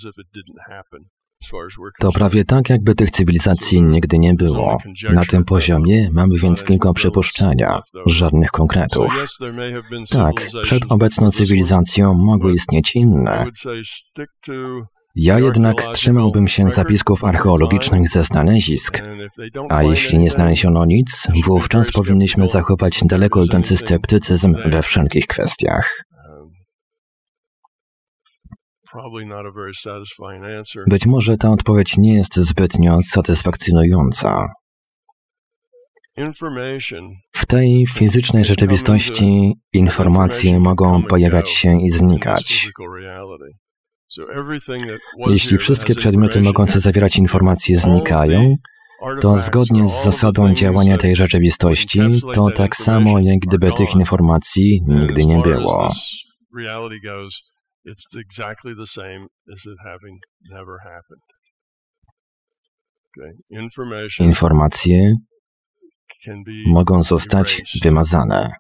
To prawie tak, jakby tych cywilizacji nigdy nie było. Na tym poziomie mamy więc tylko przypuszczenia, żadnych konkretów. Tak, przed obecną cywilizacją mogły istnieć inne. Ja jednak trzymałbym się zapisków archeologicznych ze znalezisk, a jeśli nie znaleziono nic, wówczas powinniśmy zachować daleko idący sceptycyzm we wszelkich kwestiach. Być może ta odpowiedź nie jest zbytnio satysfakcjonująca. W tej fizycznej rzeczywistości informacje mogą pojawiać się i znikać. Jeśli wszystkie przedmioty mogące zawierać informacje znikają, to zgodnie z zasadą działania tej rzeczywistości, to tak samo jak gdyby tych informacji nigdy nie było. Informacje mogą zostać wymazane.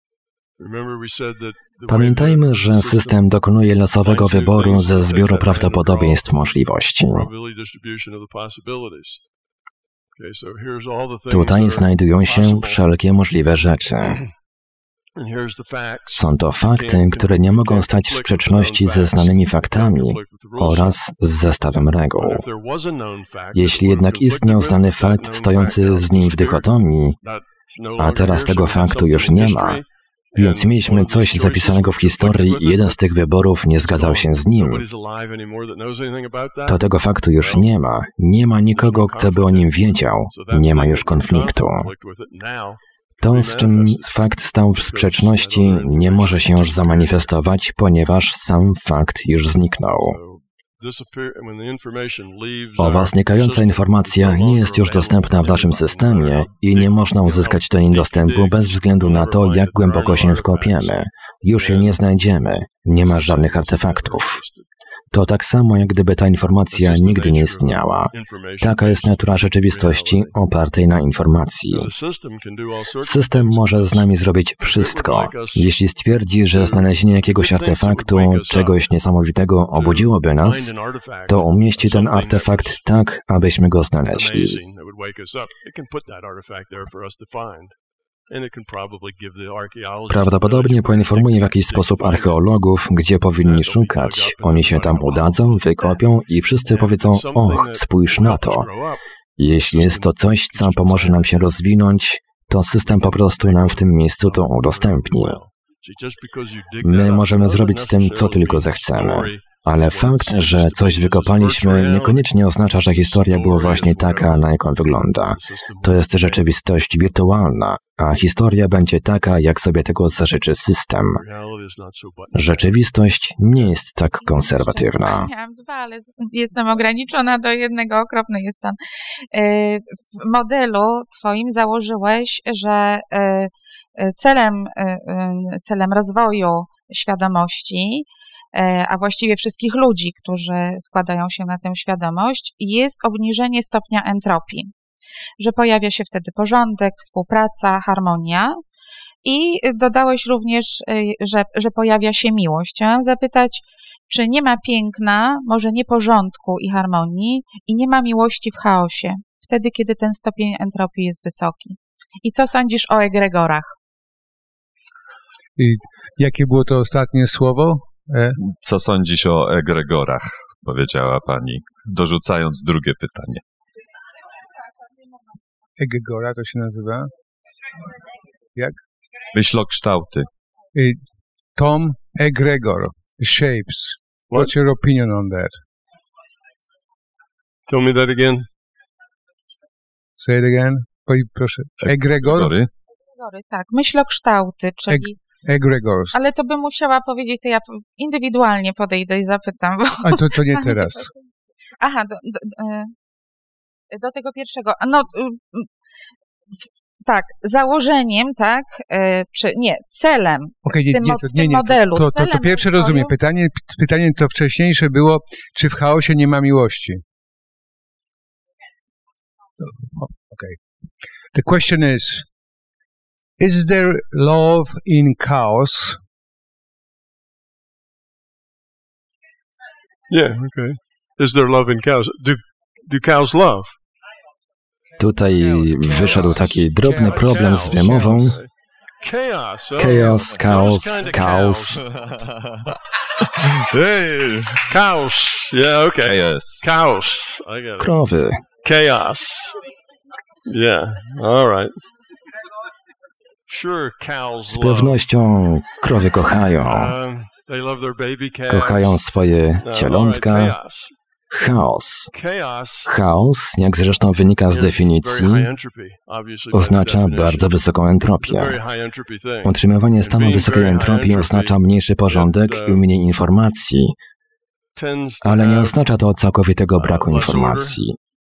Pamiętajmy, że system dokonuje losowego wyboru ze zbioru prawdopodobieństw możliwości. Tutaj znajdują się wszelkie możliwe rzeczy. Są to fakty, które nie mogą stać w sprzeczności ze znanymi faktami oraz z zestawem reguł. Jeśli jednak istniał znany fakt stojący z nim w dychotomii, a teraz tego faktu już nie ma, więc mieliśmy coś zapisanego w historii i jeden z tych wyborów nie zgadzał się z nim, to tego faktu już nie ma. Nie ma nikogo, kto by o nim wiedział. Nie ma już konfliktu. To, z czym fakt stał w sprzeczności, nie może się już zamanifestować, ponieważ sam fakt już zniknął. Owa znikająca informacja nie jest już dostępna w naszym systemie i nie można uzyskać do niej dostępu bez względu na to, jak głęboko się wkopiemy. Już jej nie znajdziemy. Nie ma żadnych artefaktów. To tak samo, jak gdyby ta informacja nigdy nie istniała. Taka jest natura rzeczywistości opartej na informacji. System może z nami zrobić wszystko. Jeśli stwierdzi, że znalezienie jakiegoś artefaktu, czegoś niesamowitego obudziłoby nas, to umieści ten artefakt tak, abyśmy go znaleźli. Prawdopodobnie poinformuje w jakiś sposób archeologów, gdzie powinni szukać. Oni się tam udadzą, wykopią i wszyscy powiedzą: och, spójrz na to. Jeśli jest to coś, co pomoże nam się rozwinąć, to system po prostu nam w tym miejscu to udostępni. My możemy zrobić z tym, co tylko zechcemy. Ale fakt, że coś wykopaliśmy, niekoniecznie oznacza, że historia była właśnie taka, na jaką wygląda. To jest rzeczywistość wirtualna, a historia będzie taka, jak sobie tego zażyczy system. Rzeczywistość nie jest tak konserwatywna. Miałam dwa, ale jestem ograniczona do jednego. Okropny jest pan. W modelu twoim założyłeś, że celem rozwoju świadomości, a właściwie wszystkich ludzi, którzy składają się na tę świadomość, jest obniżenie stopnia entropii. Że pojawia się wtedy porządek, współpraca, harmonia i dodałeś również, że pojawia się miłość. Chciałam zapytać, czy nie ma piękna, może nie porządku i harmonii i nie ma miłości w chaosie, wtedy, kiedy ten stopień entropii jest wysoki. I co sądzisz o egregorach? I jakie było to ostatnie słowo? Co sądzisz o egregorach? Powiedziała pani, dorzucając drugie pytanie. Egregora to się nazywa? Jak? Myślokształty. Tom Egregor, shapes. What's your opinion on that? Tell me that again. Say it again. Proszę. Egregor? Egregory? Tak, myślokształty, czyli... Egregors. Ale to bym musiała powiedzieć, to ja indywidualnie podejdę i zapytam. Bo a to nie teraz. Aha, do tego pierwszego. No, tak, założeniem, tak, czy nie, celem w tym modelu. To pierwsze rozumiem. Pytanie to wcześniejsze było, czy w chaosie nie ma miłości? Okay. The question is there love in chaos? Yeah, okay. Is there love in cows? Do cows love? Tutaj wyszedł taki drobny problem z wymową. Chaos, chaos. Hey, cows. Yeah, okay. Chaos. Cows. I got it. Krowy. Chaos. Yeah, all right. Sure, cows Z pewnością krowy kochają. they love their baby calves. Kochają swoje cielątka. chaos. Chaos Chaos, jak zresztą wynika z definicji, oznacza bardzo wysoką entropię. Utrzymywanie stanu wysokiej entropii oznacza mniejszy porządek i mniej informacji, ale nie oznacza to całkowitego braku informacji.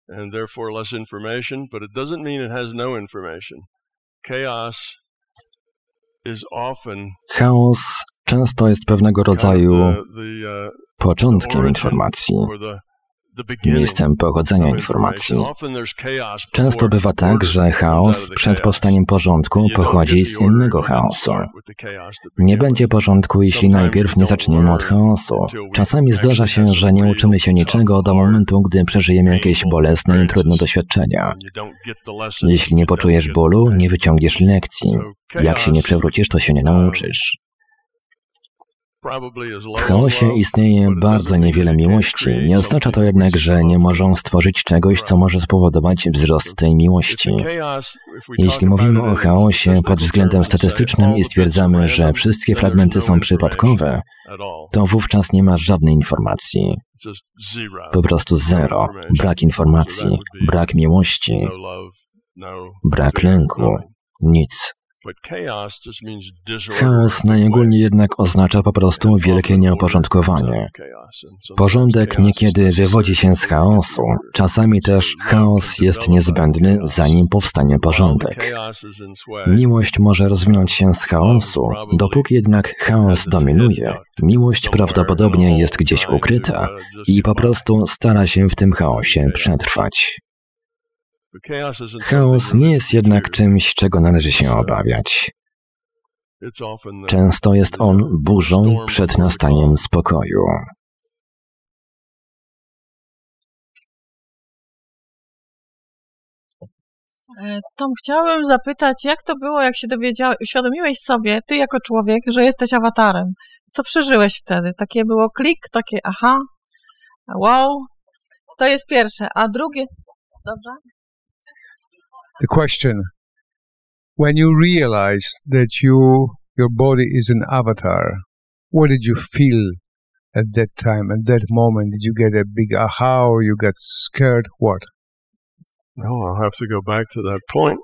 Chaos często jest pewnego rodzaju początkiem informacji, miejscem pochodzenia informacji. Często bywa tak, że chaos przed powstaniem porządku pochodzi z innego chaosu. Nie będzie porządku, jeśli najpierw nie zaczniemy od chaosu. Czasami zdarza się, że nie uczymy się niczego do momentu, gdy przeżyjemy jakieś bolesne i trudne doświadczenia. Jeśli nie poczujesz bólu, nie wyciągniesz lekcji. Jak się nie przewrócisz, to się nie nauczysz. W chaosie istnieje bardzo niewiele miłości. Nie oznacza to jednak, że nie możemy stworzyć czegoś, co może spowodować wzrost tej miłości. Jeśli mówimy o chaosie pod względem statystycznym i stwierdzamy, że wszystkie fragmenty są przypadkowe, to wówczas nie ma żadnej informacji. Po prostu zero. Brak informacji, brak miłości, brak lęku, nic. Chaos najogólniej jednak oznacza po prostu wielkie nieuporządkowanie. Porządek niekiedy wywodzi się z chaosu. Czasami też chaos jest niezbędny, zanim powstanie porządek. Miłość może rozwinąć się z chaosu. Dopóki jednak chaos dominuje, miłość prawdopodobnie jest gdzieś ukryta i po prostu stara się w tym chaosie przetrwać. Chaos nie jest jednak czymś, czego należy się obawiać. Często jest on burzą przed nastaniem spokoju. Tom, chciałabym zapytać, jak to było, jak się uświadomiłeś sobie, ty jako człowiek, że jesteś awatarem? Co przeżyłeś wtedy? Takie było klik, takie aha, wow. To jest pierwsze. A drugie... Dobrze? The question, when you realize that your body is an avatar, what did you feel at that time, at that moment? Did you get a big aha or you got scared? What? No, I'll have to go back to that point.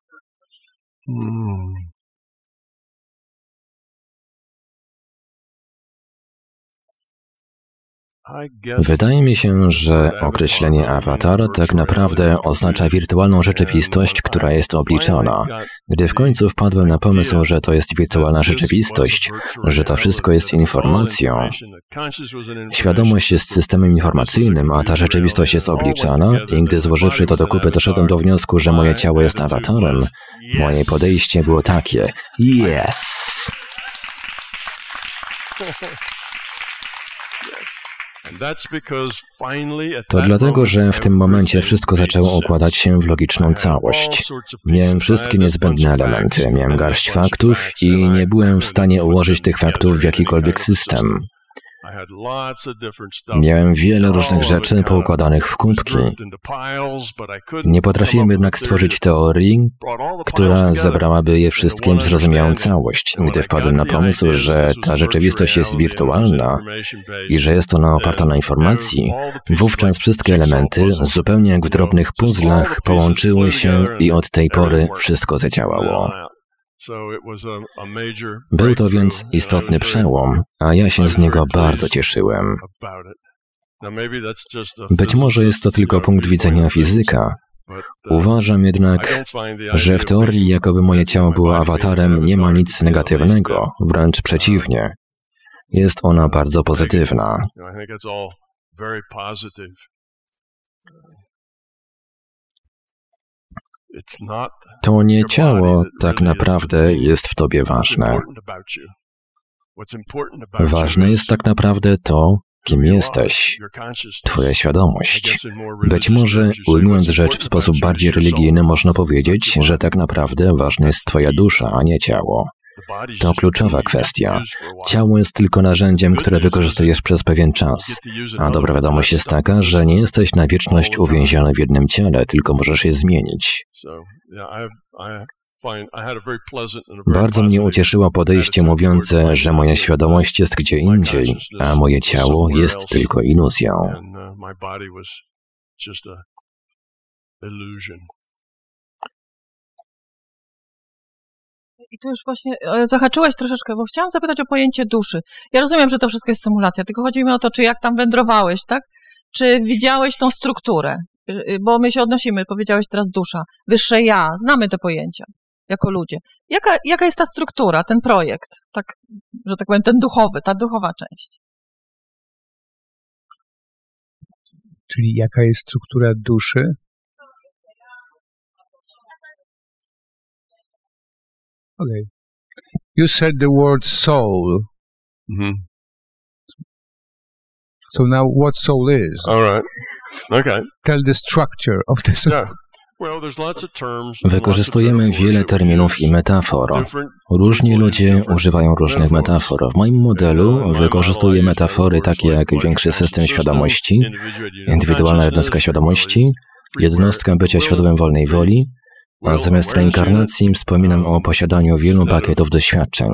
Wydaje mi się, że określenie awatar tak naprawdę oznacza wirtualną rzeczywistość, która jest obliczona. Gdy w końcu wpadłem na pomysł, że to jest wirtualna rzeczywistość, że to wszystko jest informacją, świadomość jest systemem informacyjnym, a ta rzeczywistość jest obliczana i gdy złożywszy to do kupy doszedłem do wniosku, że moje ciało jest awatarem, moje podejście było takie: yes! To dlatego, że w tym momencie wszystko zaczęło układać się w logiczną całość. Miałem wszystkie niezbędne elementy, miałem garść faktów i nie byłem w stanie ułożyć tych faktów w jakikolwiek system. Miałem wiele różnych rzeczy poukładanych w kubki. Nie potrafiłem jednak stworzyć teorii, która zebrałaby je wszystkie w zrozumiałą całość. Gdy wpadłem na pomysł, że ta rzeczywistość jest wirtualna i że jest ona oparta na informacji, wówczas wszystkie elementy, zupełnie jak w drobnych puzzlach, połączyły się i od tej pory wszystko zadziałało. Był to więc istotny przełom, a ja się z niego bardzo cieszyłem. Być może jest to tylko punkt widzenia fizyka. Uważam jednak, że w teorii jakoby moje ciało było awatarem nie ma nic negatywnego, wręcz przeciwnie. Jest ona bardzo pozytywna. To nie ciało tak naprawdę jest w tobie ważne. Ważne jest tak naprawdę to, kim jesteś, twoja świadomość. Być może, ujmując rzecz w sposób bardziej religijny, można powiedzieć, że tak naprawdę ważna jest twoja dusza, a nie ciało. To kluczowa kwestia. Ciało jest tylko narzędziem, które wykorzystujesz przez pewien czas. A dobra wiadomość jest taka, że nie jesteś na wieczność uwięziony w jednym ciele, tylko możesz je zmienić. Bardzo mnie ucieszyło podejście mówiące, że moja świadomość jest gdzie indziej, a moje ciało jest tylko iluzją. I tu już właśnie zahaczyłeś troszeczkę, bo chciałam zapytać o pojęcie duszy. Ja rozumiem, że to wszystko jest symulacja, tylko chodzi mi o to, czy jak tam wędrowałeś, tak? Czy widziałeś tą strukturę? Bo my się odnosimy, powiedziałeś teraz dusza, wyższe ja, znamy te pojęcia jako ludzie. Jaka jest ta struktura, ten projekt, tak, że tak powiem, ten duchowy, ta duchowa część? Czyli jaka jest struktura duszy? Okay. You said the word soul. Mm-hmm. So now what soul is? All right. Okay. Tell the structure of the soul. Yeah. Well, there's lots of terms. Wykorzystujemy wiele terminów i metafor. Różni ludzie używają różnych metafor. W moim modelu wykorzystuję metafory takie jak większy system świadomości, indywidualna jednostka świadomości, jednostka bycia świadomym wolnej woli, a zamiast reinkarnacji wspominam o posiadaniu wielu pakietów doświadczeń.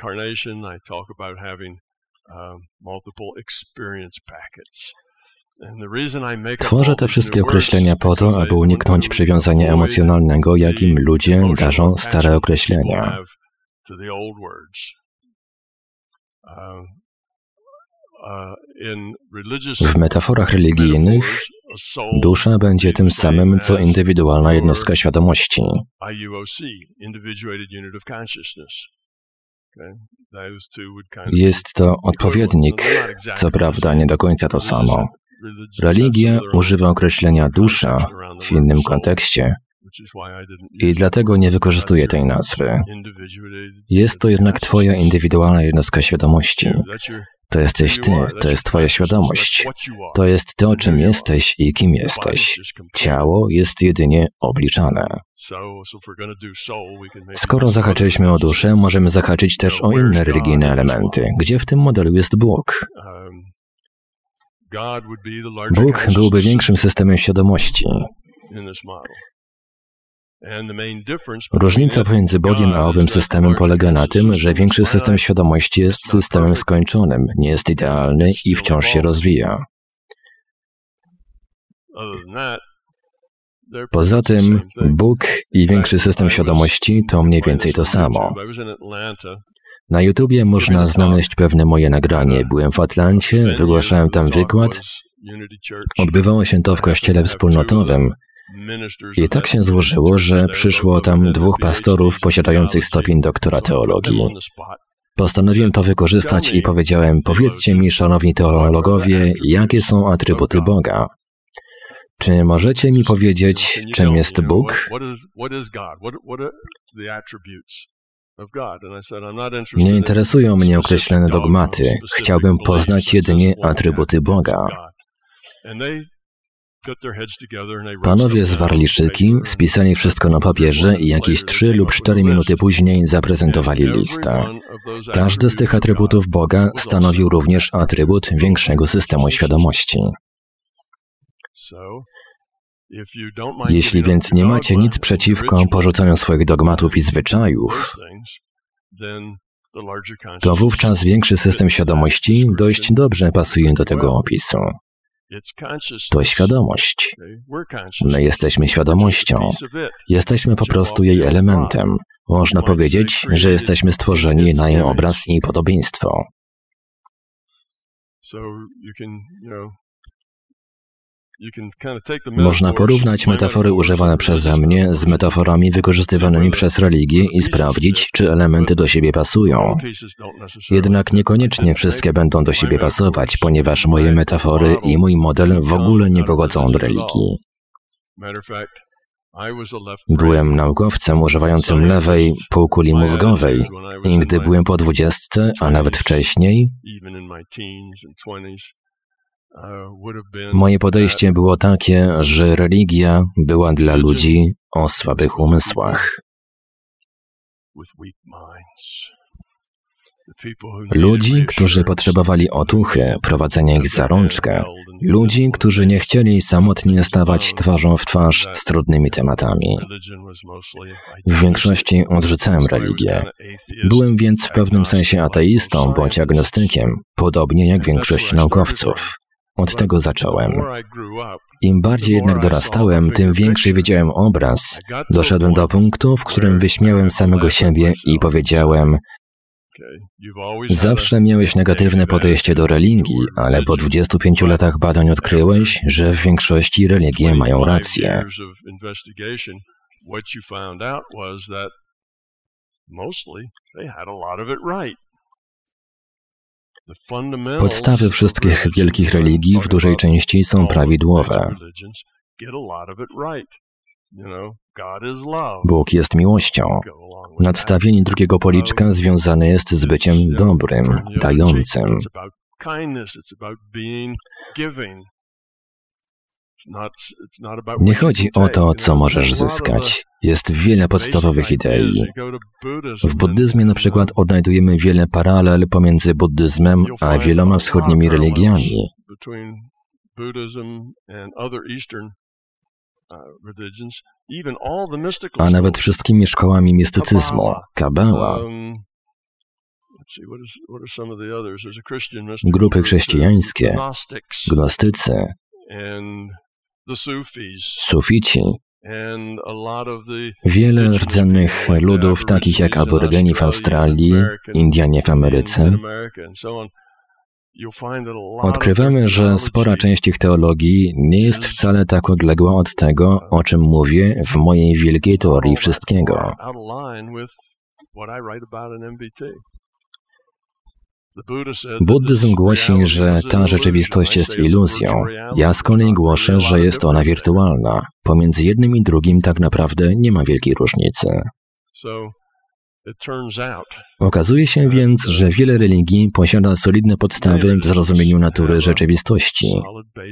Tworzę te wszystkie określenia po to, aby uniknąć przywiązania emocjonalnego, jakim ludzie darzą stare określenia. W metaforach religijnych dusza będzie tym samym, co indywidualna jednostka świadomości. Jest to odpowiednik, co prawda nie do końca to samo. Religia używa określenia dusza w innym kontekście i dlatego nie wykorzystuję tej nazwy. Jest to jednak Twoja indywidualna jednostka świadomości. To jesteś Ty, to jest Twoja świadomość. To jest to, czym jesteś i kim jesteś. Ciało jest jedynie obliczane. Skoro zahaczyliśmy o duszę, możemy zahaczyć też o inne religijne elementy. Gdzie w tym modelu jest Bóg? Bóg byłby większym systemem świadomości. Różnica pomiędzy Bogiem a owym systemem polega na tym, że większy system świadomości jest systemem skończonym, nie jest idealny i wciąż się rozwija. Poza tym, Bóg i większy system świadomości to mniej więcej to samo. Na YouTubie można znaleźć pewne moje nagranie. Byłem w Atlancie, wygłaszałem tam wykład. Odbywało się to w kościele wspólnotowym. I tak się złożyło, że przyszło tam 2 pastorów posiadających stopień doktora teologii. Postanowiłem to wykorzystać i powiedziałem, powiedzcie mi, szanowni teologowie, jakie są atrybuty Boga? Czy możecie mi powiedzieć, czym jest Bóg? Nie interesują mnie określone dogmaty. Chciałbym poznać jedynie atrybuty Boga. Panowie zwarli szyki, spisali wszystko na papierze i jakieś 3 lub 4 minuty później zaprezentowali listę. Każdy z tych atrybutów Boga stanowił również atrybut większego systemu świadomości. Jeśli więc nie macie nic przeciwko porzuceniu swoich dogmatów i zwyczajów, to wówczas większy system świadomości dość dobrze pasuje do tego opisu. To świadomość. My jesteśmy świadomością. Jesteśmy po prostu jej elementem. Można powiedzieć, że jesteśmy stworzeni na jej obraz i podobieństwo. Można porównać metafory używane przeze mnie z metaforami wykorzystywanymi przez religię i sprawdzić, czy elementy do siebie pasują. Jednak niekoniecznie wszystkie będą do siebie pasować, ponieważ moje metafory i mój model w ogóle nie pochodzą od religii. Byłem naukowcem używającym lewej półkuli mózgowej i gdy byłem po 20, a nawet wcześniej, moje podejście było takie, że religia była dla ludzi o słabych umysłach. Ludzi, którzy potrzebowali otuchy, prowadzenia ich za rączkę Ludzi, którzy nie chcieli samotnie stawać twarzą w twarz z trudnymi tematami. W większości odrzucałem religię. Byłem więc w pewnym sensie ateistą bądź agnostykiem, podobnie jak większość naukowców. Od tego zacząłem. Im bardziej jednak dorastałem, tym większy widziałem obraz. Doszedłem do punktu, w którym wyśmiałem samego siebie i powiedziałem: zawsze miałeś negatywne podejście do religii, ale po 25 latach badań odkryłeś, że w większości religie mają rację. Podstawy wszystkich wielkich religii w dużej części są prawidłowe. Bóg jest miłością. Nadstawienie drugiego policzka związane jest z byciem dobrym, dającym. Nie chodzi o to, co możesz zyskać. Jest wiele podstawowych idei. W buddyzmie na przykład odnajdujemy wiele paralel pomiędzy buddyzmem a wieloma wschodnimi religiami. A nawet wszystkimi szkołami mistycyzmu, kabała, grupy chrześcijańskie, gnostycy, sufici, wiele rdzennych ludów takich jak aborygeni w Australii, Indianie w Ameryce. Odkrywamy, że spora część ich teologii nie jest wcale tak odległa od tego, o czym mówię w mojej wielkiej teorii wszystkiego. Buddyzm głosi, że ta rzeczywistość jest iluzją. Ja z kolei głoszę, że jest ona wirtualna. Pomiędzy jednym i drugim tak naprawdę nie ma wielkiej różnicy. Okazuje się więc, że wiele religii posiada solidne podstawy w zrozumieniu natury rzeczywistości.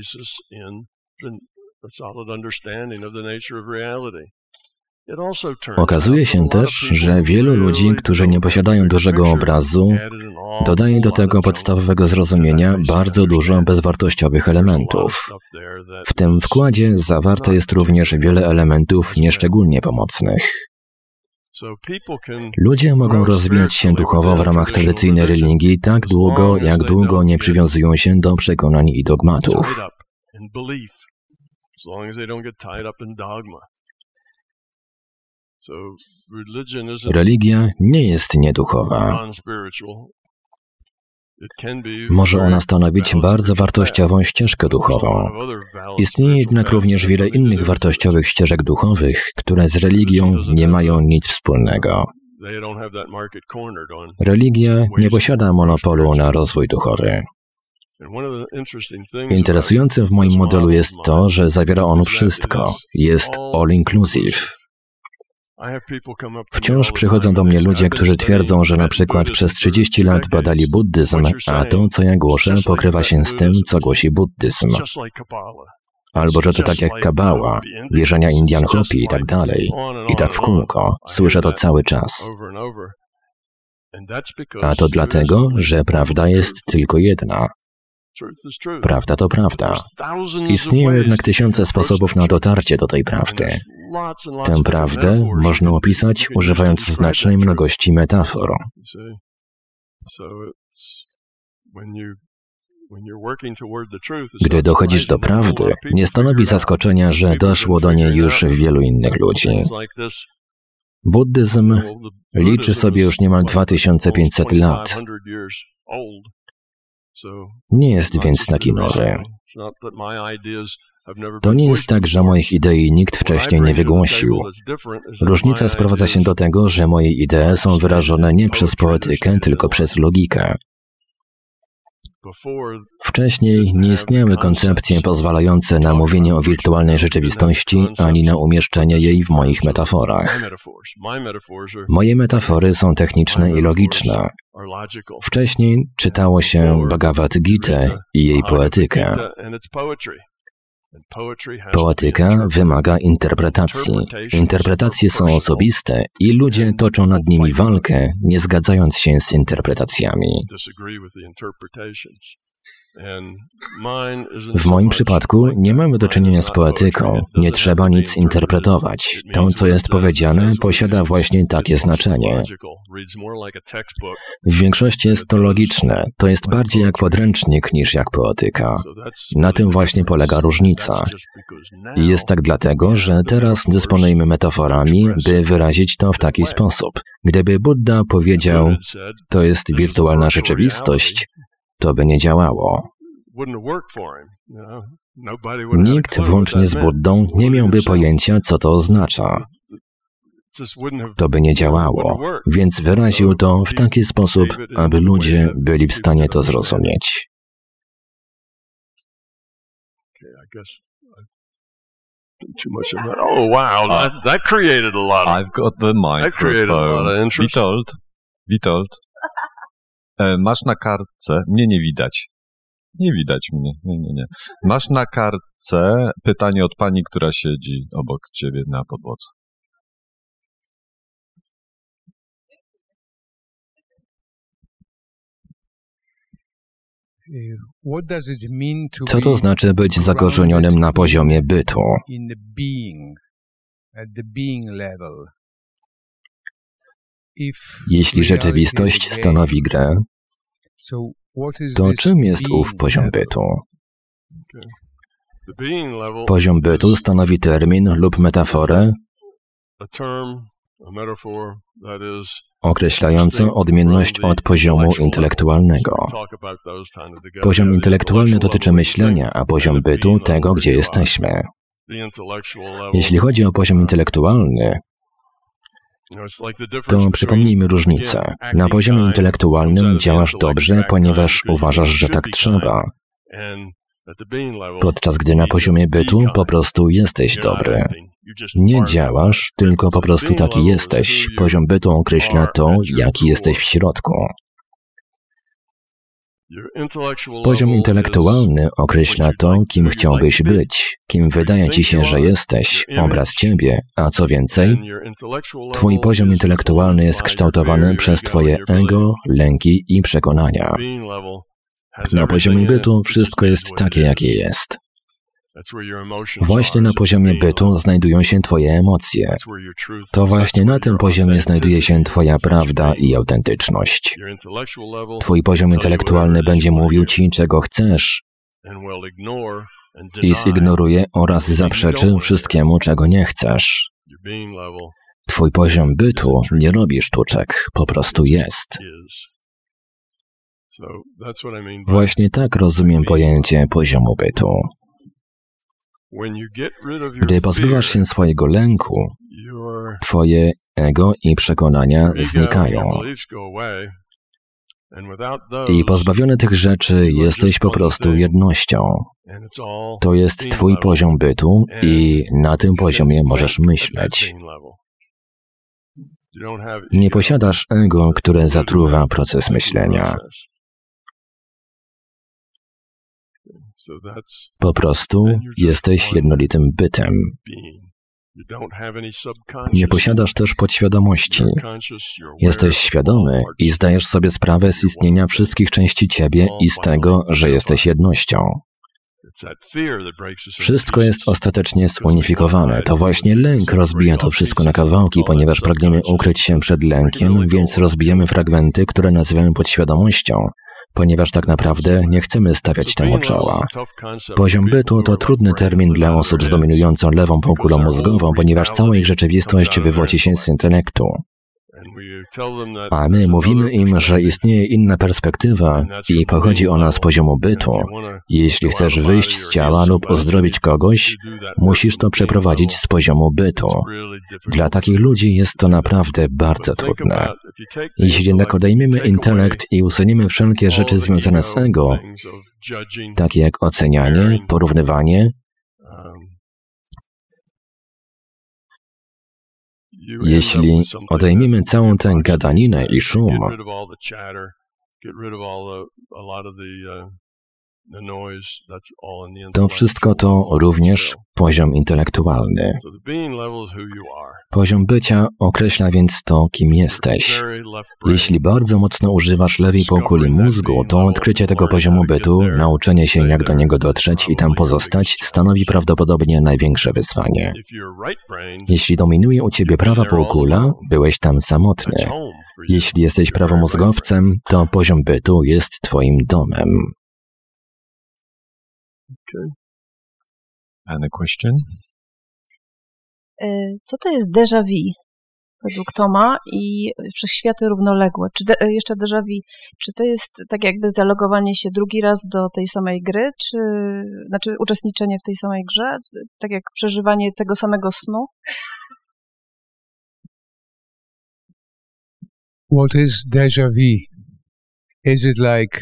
Okazuje się też, że wielu ludzi, którzy nie posiadają dużego obrazu, dodaje do tego podstawowego zrozumienia bardzo dużo bezwartościowych elementów. W tym wkładzie zawarte jest również wiele elementów nieszczególnie pomocnych. Ludzie mogą rozwijać się duchowo w ramach tradycyjnej religii tak długo, jak długo nie przywiązują się do przekonań i dogmatów. Religia nie jest nieduchowa. Może ona stanowić bardzo wartościową ścieżkę duchową. Istnieje jednak również wiele innych wartościowych ścieżek duchowych, które z religią nie mają nic wspólnego. Religia nie posiada monopolu na rozwój duchowy. Interesujące w moim modelu jest to, że zawiera on wszystko. Jest all-inclusive. Wciąż przychodzą do mnie ludzie, którzy twierdzą, że na przykład przez 30 lat badali buddyzm, a to, co ja głoszę, pokrywa się z tym, co głosi buddyzm. Albo, że to tak jak kabała, wierzenia Indian Hopi i tak dalej. I tak w kółko. Słyszę to cały czas. A to dlatego, że prawda jest tylko jedna. Prawda to prawda. Istnieją jednak tysiące sposobów na dotarcie do tej prawdy. Tę prawdę można opisać używając znacznej mnogości metafor. Gdy dochodzisz do prawdy, nie stanowi zaskoczenia, że doszło do niej już wielu innych ludzi. Buddyzm liczy sobie już niemal 2500 lat. Nie jest więc taki nowy. To nie jest tak, że moich idei nikt wcześniej nie wygłosił. Różnica sprowadza się do tego, że moje idee są wyrażone nie przez poetykę, tylko przez logikę. Wcześniej nie istniały koncepcje pozwalające na mówienie o wirtualnej rzeczywistości, ani na umieszczenie jej w moich metaforach. Moje metafory są techniczne i logiczne. Wcześniej czytało się Bhagavad Gitę i jej poetykę. Poetyka wymaga interpretacji. Interpretacje są osobiste i ludzie toczą nad nimi walkę, nie zgadzając się z interpretacjami. W moim przypadku nie mamy do czynienia z poetyką, nie trzeba nic interpretować. To, co jest powiedziane, posiada właśnie takie znaczenie. W większości jest to logiczne, to jest bardziej jak podręcznik niż jak poetyka. Na tym właśnie polega różnica. I jest tak dlatego, że teraz dysponujemy metaforami, by wyrazić to w taki sposób. Gdyby Buddha powiedział, to jest wirtualna rzeczywistość, to by nie działało. Nikt, włącznie z Buddą, nie miałby pojęcia, co to oznacza. To by nie działało, więc wyraził to w taki sposób, aby ludzie byli w stanie to zrozumieć. I've got the microphone. Witold. Masz na kartce... Mnie nie widać. Nie widać mnie. Nie. Masz na kartce pytanie od pani, która siedzi obok ciebie na podłodze. Co to znaczy być zakorzenionym na poziomie bytu? Jeśli rzeczywistość stanowi grę, to czym jest ów poziom bytu? Poziom bytu stanowi termin lub metaforę określającą odmienność od poziomu intelektualnego. Poziom intelektualny dotyczy myślenia, a poziom bytu tego, gdzie jesteśmy. Jeśli chodzi o poziom intelektualny, to przypomnijmy różnicę. Na poziomie intelektualnym działasz dobrze, ponieważ uważasz, że tak trzeba. Podczas gdy na poziomie bytu po prostu jesteś dobry. Nie działasz, tylko po prostu taki jesteś. Poziom bytu określa to, jaki jesteś w środku. Poziom intelektualny określa to, kim chciałbyś być, kim wydaje ci się, że jesteś, obraz ciebie, a co więcej, twój poziom intelektualny jest kształtowany przez twoje ego, lęki i przekonania. Na poziomie bytu wszystko jest takie, jakie jest. Właśnie na poziomie bytu znajdują się twoje emocje. To właśnie na tym poziomie znajduje się twoja prawda i autentyczność. Twój poziom intelektualny będzie mówił ci, czego chcesz i zignoruje oraz zaprzeczy wszystkiemu, czego nie chcesz. Twój poziom bytu nie robi sztuczek, po prostu jest. Właśnie tak rozumiem pojęcie poziomu bytu. Gdy pozbywasz się swojego lęku, twoje ego i przekonania znikają. I pozbawiony tych rzeczy jesteś po prostu jednością. To jest twój poziom bytu i na tym poziomie możesz myśleć. Nie posiadasz ego, które zatruwa proces myślenia. Po prostu jesteś jednolitym bytem. Nie posiadasz też podświadomości. Jesteś świadomy i zdajesz sobie sprawę z istnienia wszystkich części ciebie i z tego, że jesteś jednością. Wszystko jest ostatecznie zunifikowane. To właśnie lęk rozbija to wszystko na kawałki, ponieważ pragniemy ukryć się przed lękiem, więc rozbijamy fragmenty, które nazywamy podświadomością, ponieważ tak naprawdę nie chcemy stawiać temu czoła. Poziom bytu to trudny termin dla osób z dominującą lewą półkulą mózgową, ponieważ cała ich rzeczywistość wywodzi się z intelektu. A my mówimy im, że istnieje inna perspektywa i pochodzi ona z poziomu bytu. Jeśli chcesz wyjść z ciała lub uzdrowić kogoś, musisz to przeprowadzić z poziomu bytu. Dla takich ludzi jest to naprawdę bardzo trudne. Jeśli jednak odejmiemy intelekt i usuniemy wszelkie rzeczy związane z ego, takie jak ocenianie, porównywanie, jeśli odejmiemy całą tę gadaninę i szum, To wszystko to również poziom intelektualny. Poziom bycia określa więc to, kim jesteś. Jeśli bardzo mocno używasz lewej półkuli mózgu, to odkrycie tego poziomu bytu, nauczenie się jak do niego dotrzeć i tam pozostać, stanowi prawdopodobnie największe wyzwanie. Jeśli dominuje u ciebie prawa półkula, byłeś tam samotny. Jeśli jesteś prawomózgowcem, to poziom bytu jest twoim domem. Okay. And a question? Co to jest déjà vu według Toma i wszechświaty równoległe? Jeszcze déjà vu, czy to jest tak jakby zalogowanie się drugi raz do tej samej gry, czy znaczy uczestniczenie w tej samej grze, tak jak przeżywanie tego samego snu? What is déjà vu? Is it like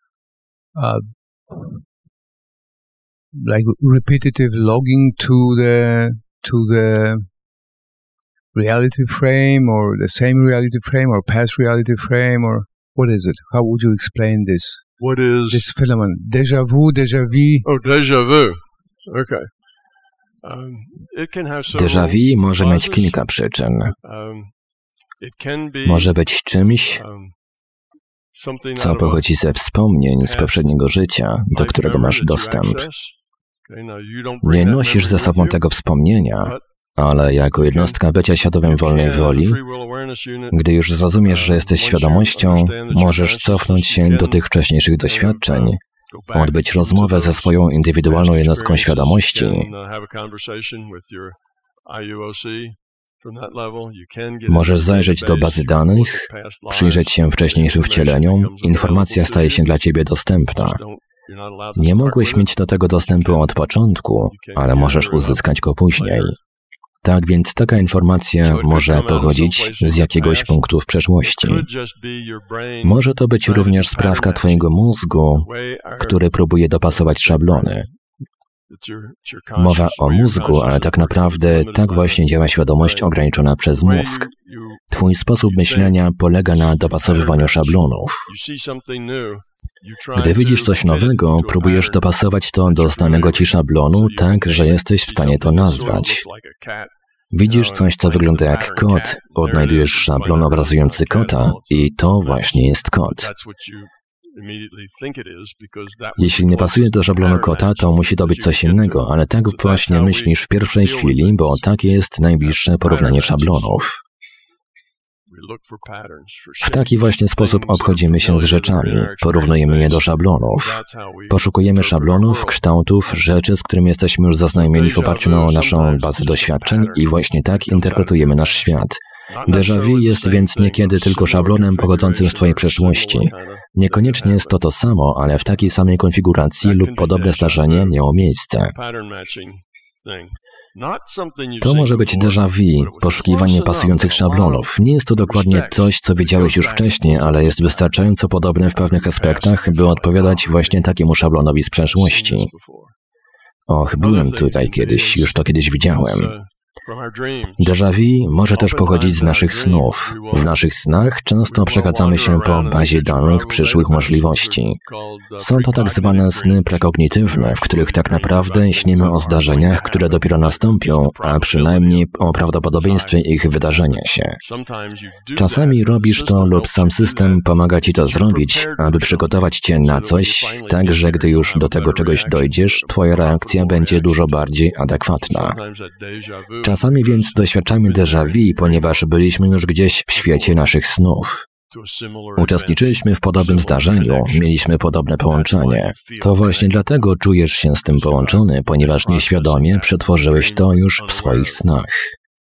repetitive logging to the reality frame, or the same reality frame, or past reality frame, or what is it? How would you explain this? What is this phenomenon? Déjà vu, déjà vu. Oh, déjà vu. Okay. It can have Déjà vu może mieć kilka przyczyn. Może być czymś, co pochodzi ze wspomnień z poprzedniego życia, do którego masz dostęp. Nie nosisz ze sobą tego wspomnienia, ale jako jednostka bycia świadomym wolnej woli, gdy już zrozumiesz, że jesteś świadomością, możesz cofnąć się do tych wcześniejszych doświadczeń, odbyć rozmowę ze swoją indywidualną jednostką świadomości. Możesz zajrzeć do bazy danych, przyjrzeć się wcześniejszym wcieleniom, informacja staje się dla ciebie dostępna. Nie mogłeś mieć do tego dostępu od początku, ale możesz uzyskać go później. Tak więc taka informacja może pochodzić z jakiegoś punktu w przeszłości. Może to być również sprawka twojego mózgu, który próbuje dopasować szablony. Mowa o mózgu, ale tak naprawdę tak właśnie działa świadomość ograniczona przez mózg. Twój sposób myślenia polega na dopasowywaniu szablonów. Gdy widzisz coś nowego, próbujesz dopasować to do znanego ci szablonu tak, że jesteś w stanie to nazwać. Widzisz coś, co wygląda jak kot, odnajdujesz szablon obrazujący kota i to właśnie jest kot. Jeśli nie pasuje do szablonu kota, to musi to być coś innego, ale tak właśnie myślisz w pierwszej chwili, bo takie jest najbliższe porównanie szablonów. W taki właśnie sposób obchodzimy się z rzeczami, porównujemy je do szablonów. Poszukujemy szablonów, kształtów, rzeczy, z którymi jesteśmy już zaznajomieni w oparciu na naszą bazę doświadczeń i właśnie tak interpretujemy nasz świat. Déjà vu jest więc niekiedy tylko szablonem pochodzącym z twojej przeszłości. Niekoniecznie jest to to samo, ale w takiej samej konfiguracji lub podobne zdarzenie miało miejsce. To może być déjà vu, poszukiwanie pasujących szablonów. Nie jest to dokładnie coś, co wiedziałeś już wcześniej, ale jest wystarczająco podobne w pewnych aspektach, by odpowiadać właśnie takiemu szablonowi z przeszłości. Och, byłem tutaj kiedyś, już to kiedyś widziałem. Déjà vu może też pochodzić z naszych snów. W naszych snach często przechadzamy się po bazie danych przyszłych możliwości. Są to tak zwane sny prekognitywne, w których tak naprawdę śnimy o zdarzeniach, które dopiero nastąpią, a przynajmniej o prawdopodobieństwie ich wydarzenia się. Czasami robisz to lub sam system pomaga ci to zrobić, aby przygotować cię na coś, tak że gdy już do tego czegoś dojdziesz, twoja reakcja będzie dużo bardziej adekwatna. Czasami więc doświadczamy déjà vu, ponieważ byliśmy już gdzieś w świecie naszych snów. Uczestniczyliśmy w podobnym zdarzeniu, mieliśmy podobne połączenie. To właśnie dlatego czujesz się z tym połączony, ponieważ nieświadomie przetworzyłeś to już w swoich snach.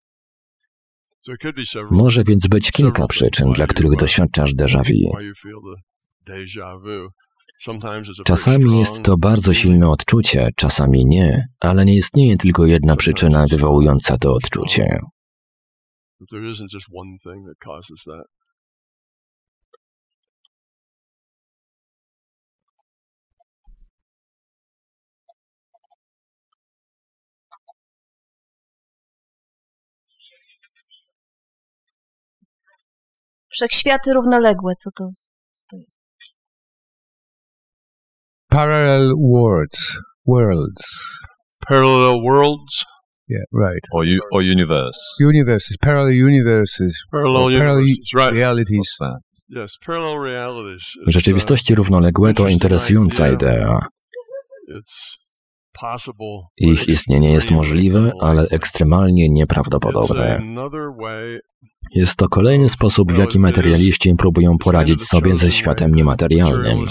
Może więc być kilka przyczyn, dla których doświadczasz déjà vu. Czasami jest to bardzo silne odczucie, czasami nie, ale nie istnieje tylko jedna przyczyna wywołująca to odczucie. Wszechświaty równoległe, co to jest? parallel worlds. Parallel worlds? Yeah, right. Or universe. Universes, parallel universes. Right. Realities. Yes, parallel realities. Rzeczywistości równoległe to interesująca idea. Ich istnienie jest możliwe, ale ekstremalnie nieprawdopodobne. Jest to kolejny sposób, w jaki materialiści próbują poradzić sobie ze światem niematerialnym.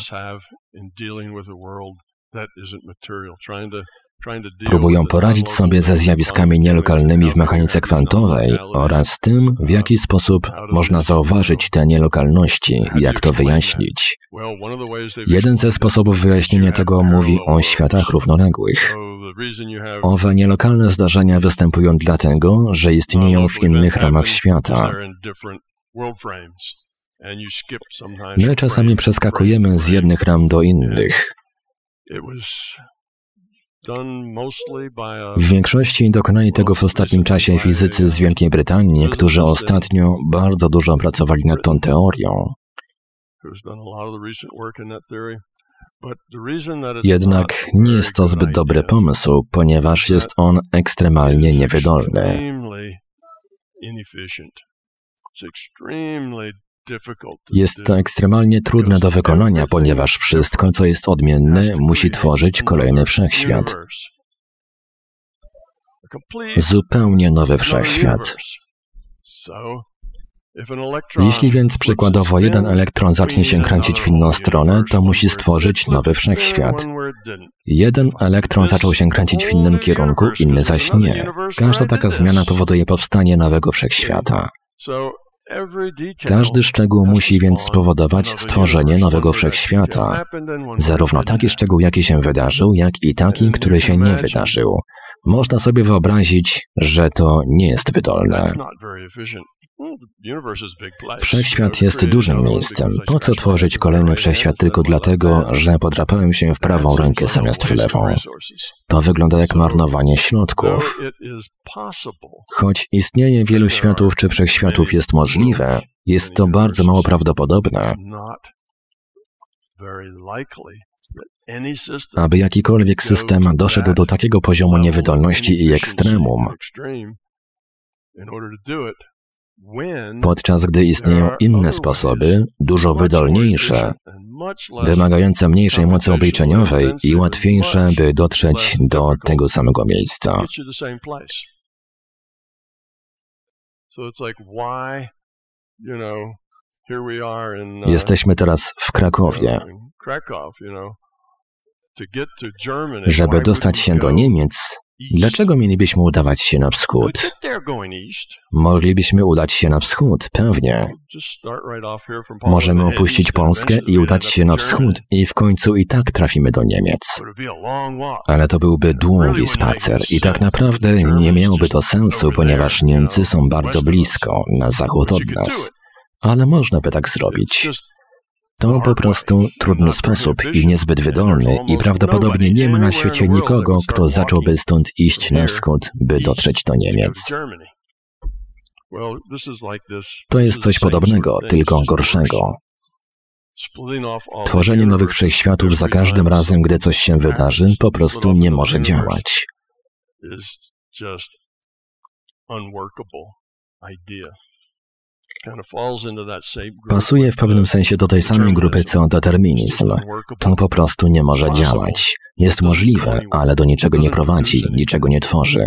Próbują poradzić sobie ze zjawiskami nielokalnymi w mechanice kwantowej oraz tym, w jaki sposób można zauważyć te nielokalności i jak to wyjaśnić. Jeden ze sposobów wyjaśnienia tego mówi o światach równoległych. Owe nielokalne zdarzenia występują dlatego, że istnieją w innych ramach świata. My czasami przeskakujemy z jednych ram do innych. W większości dokonali tego w ostatnim czasie fizycy z Wielkiej Brytanii, którzy ostatnio bardzo dużo pracowali nad tą teorią. Jednak nie jest to zbyt dobry pomysł, ponieważ jest on ekstremalnie niewydolny. Jest to ekstremalnie trudne do wykonania, ponieważ wszystko, co jest odmienne, musi tworzyć kolejny wszechświat. Zupełnie nowy wszechświat. Jeśli więc przykładowo jeden elektron zacznie się kręcić w inną stronę, to musi stworzyć nowy wszechświat. Jeden elektron zaczął się kręcić w innym kierunku, inny zaś nie. Każda taka zmiana powoduje powstanie nowego wszechświata. Każdy szczegół musi więc spowodować stworzenie nowego wszechświata. Zarówno taki szczegół, jaki się wydarzył, jak i taki, który się nie wydarzył. Można sobie wyobrazić, że to nie jest wydolne. Wszechświat jest dużym miejscem. Po co tworzyć kolejny wszechświat tylko dlatego, że podrapałem się w prawą rękę zamiast w lewą? To wygląda jak marnowanie środków. Choć istnienie wielu światów czy wszechświatów jest możliwe, jest to bardzo mało prawdopodobne, aby jakikolwiek system doszedł do takiego poziomu niewydolności i ekstremum, podczas gdy istnieją inne sposoby, dużo wydolniejsze, wymagające mniejszej mocy obliczeniowej i łatwiejsze, by dotrzeć do tego samego miejsca. Jesteśmy teraz w Krakowie. Żeby dostać się do Niemiec, dlaczego mielibyśmy udawać się na wschód? Moglibyśmy udać się na wschód, pewnie. Możemy opuścić Polskę i udać się na wschód i w końcu i tak trafimy do Niemiec. Ale to byłby długi spacer i tak naprawdę nie miałoby to sensu, ponieważ Niemcy są bardzo blisko, na zachód od nas. Ale można by tak zrobić. To po prostu trudny sposób i niezbyt wydolny i prawdopodobnie nie ma na świecie nikogo, kto zacząłby stąd iść na wschód, by dotrzeć do Niemiec. To jest coś podobnego, tylko gorszego. Tworzenie nowych wszechświatów za każdym razem, gdy coś się wydarzy, po prostu nie może działać. Pasuje w pewnym sensie do tej samej grupy co determinizm. To po prostu nie może działać. Jest możliwe, ale do niczego nie prowadzi, niczego nie tworzy.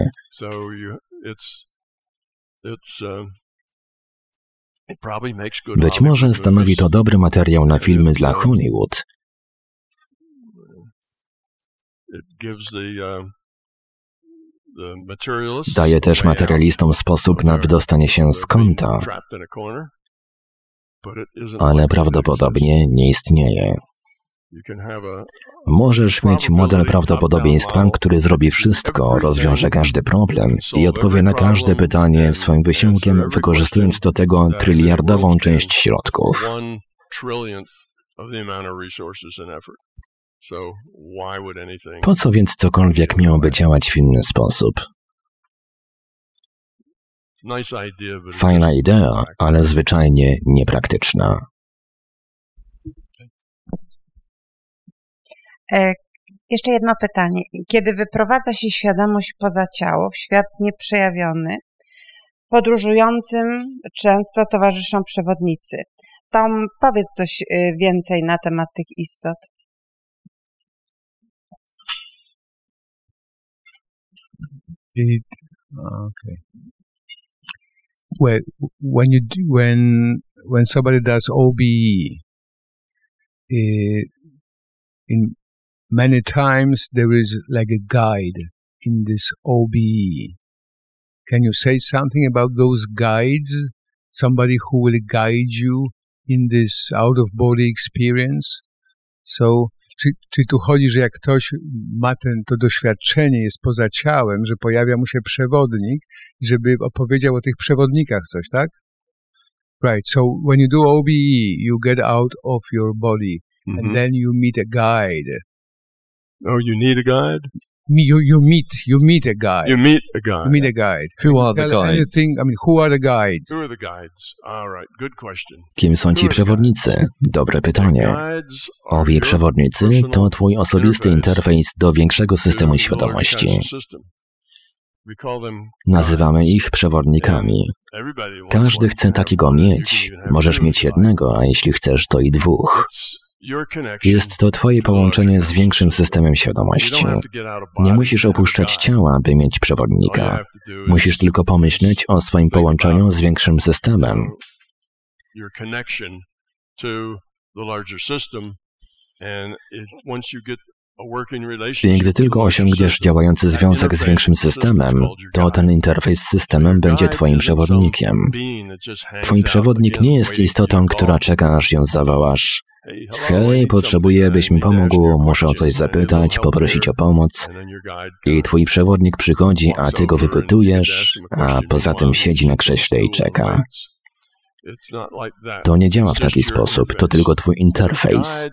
Być może stanowi to dobry materiał na filmy dla Hollywood. Daje też materialistom sposób na wydostanie się z kąta, ale prawdopodobnie nie istnieje. Możesz mieć model prawdopodobieństwa, który zrobi wszystko, rozwiąże każdy problem i odpowie na każde pytanie swoim wysiłkiem, wykorzystując do tego tryliardową część środków. Po co więc cokolwiek miałoby działać w inny sposób? Fajna idea, ale zwyczajnie niepraktyczna. Jeszcze jedno pytanie. Kiedy wyprowadza się świadomość poza ciało, w świat nieprzejawiony, podróżującym często towarzyszą przewodnicy. Tom, powiedz coś więcej na temat tych istot. Okay. Well, when somebody does OBE, in many times there is like a guide in this OBE. Can you say something about those guides? Somebody who will guide you in this out-of-body experience? So, czy tu chodzi, że jak ktoś ma to doświadczenie, jest poza ciałem, że pojawia mu się przewodnik i żeby opowiedział o tych przewodnikach coś, tak? Right, so when you do OBE, you get out of your body and then you meet a guide. Oh, you need a guide? You meet a guide. You meet a guide. You meet a guide. Who are the guides? Who are the guides? Who are the guides? All right, good question. Kim są ci przewodnicy? Dobre pytanie. Owi przewodnicy to twój osobisty interfejs do większego systemu świadomości. Nazywamy ich przewodnikami. Każdy chce takiego mieć. Możesz mieć jednego, a jeśli chcesz, to i dwóch. Jest to twoje połączenie z większym systemem świadomości. Nie musisz opuszczać ciała, by mieć przewodnika. Musisz tylko pomyśleć o swoim połączeniu z większym systemem. I gdy tylko osiągniesz działający związek z większym systemem, to ten interfejs z systemem będzie twoim przewodnikiem. Twój przewodnik nie jest istotą, która czeka, aż ją zawołasz. Hej, potrzebuję, byś mi pomógł, muszę o coś zapytać, poprosić o pomoc. I twój przewodnik przychodzi, a ty go wypytujesz, a poza tym siedzi na krześle i czeka. To nie działa w taki sposób, to tylko twój interfejs.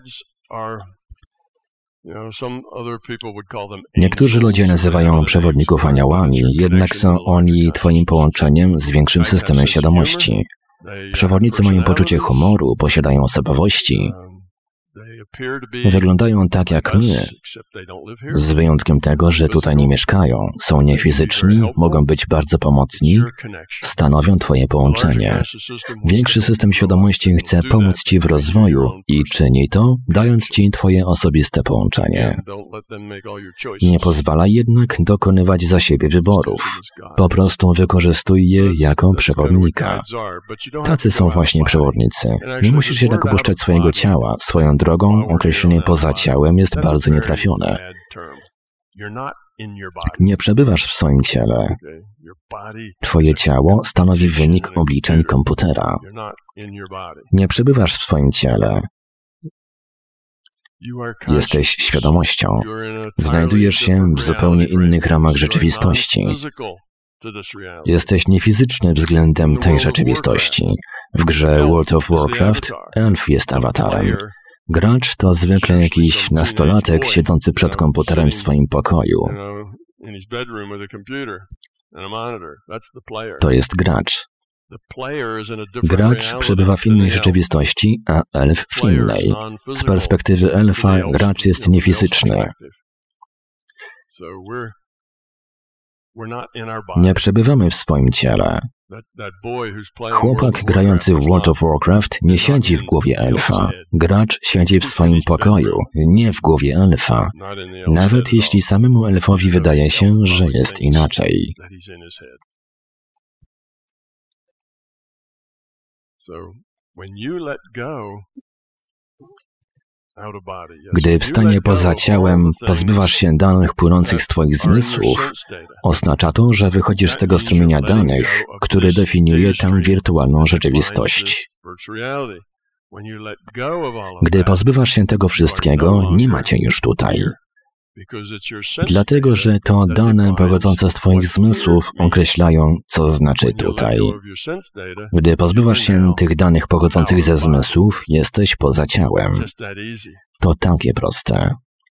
Niektórzy ludzie nazywają przewodników aniołami, jednak są oni twoim połączeniem z większym systemem świadomości. Przewodnicy mają poczucie humoru, posiadają osobowości. Wyglądają tak jak my, z wyjątkiem tego, że tutaj nie mieszkają. Są niefizyczni, mogą być bardzo pomocni, stanowią twoje połączenie. Większy system świadomości chce pomóc ci w rozwoju i czyni to, dając ci twoje osobiste połączenie. Nie pozwalaj jednak dokonywać za siebie wyborów. Po prostu wykorzystuj je jako przewodnika. Tacy są właśnie przewodnicy. Nie musisz jednak opuszczać swojego ciała. Swoją drogą określenie poza ciałem jest bardzo nietrafione. Nie przebywasz w swoim ciele. Twoje ciało stanowi wynik obliczeń komputera. Nie przebywasz w swoim ciele. Jesteś świadomością. Znajdujesz się w zupełnie innych ramach rzeczywistości. Jesteś niefizyczny względem tej rzeczywistości. W grze World of Warcraft elf jest awatarem. Gracz to zwykle jakiś nastolatek siedzący przed komputerem w swoim pokoju. To jest gracz. Gracz przebywa w innej rzeczywistości, a elf w innej. Z perspektywy elfa gracz jest niefizyczny. Nie przebywamy w swoim ciele. Chłopak grający w World of Warcraft nie siedzi w głowie elfa. Gracz siedzi w swoim pokoju, nie w głowie elfa. Nawet jeśli samemu elfowi wydaje się, że jest inaczej. Gdy w stanie poza ciałem pozbywasz się danych płynących z twoich zmysłów, oznacza to, że wychodzisz z tego strumienia danych, który definiuje tę wirtualną rzeczywistość. Gdy pozbywasz się tego wszystkiego, nie ma cię już tutaj. Dlatego, że to dane pochodzące z twoich zmysłów określają, co znaczy tutaj. Gdy pozbywasz się tych danych pochodzących ze zmysłów, jesteś poza ciałem. To takie proste.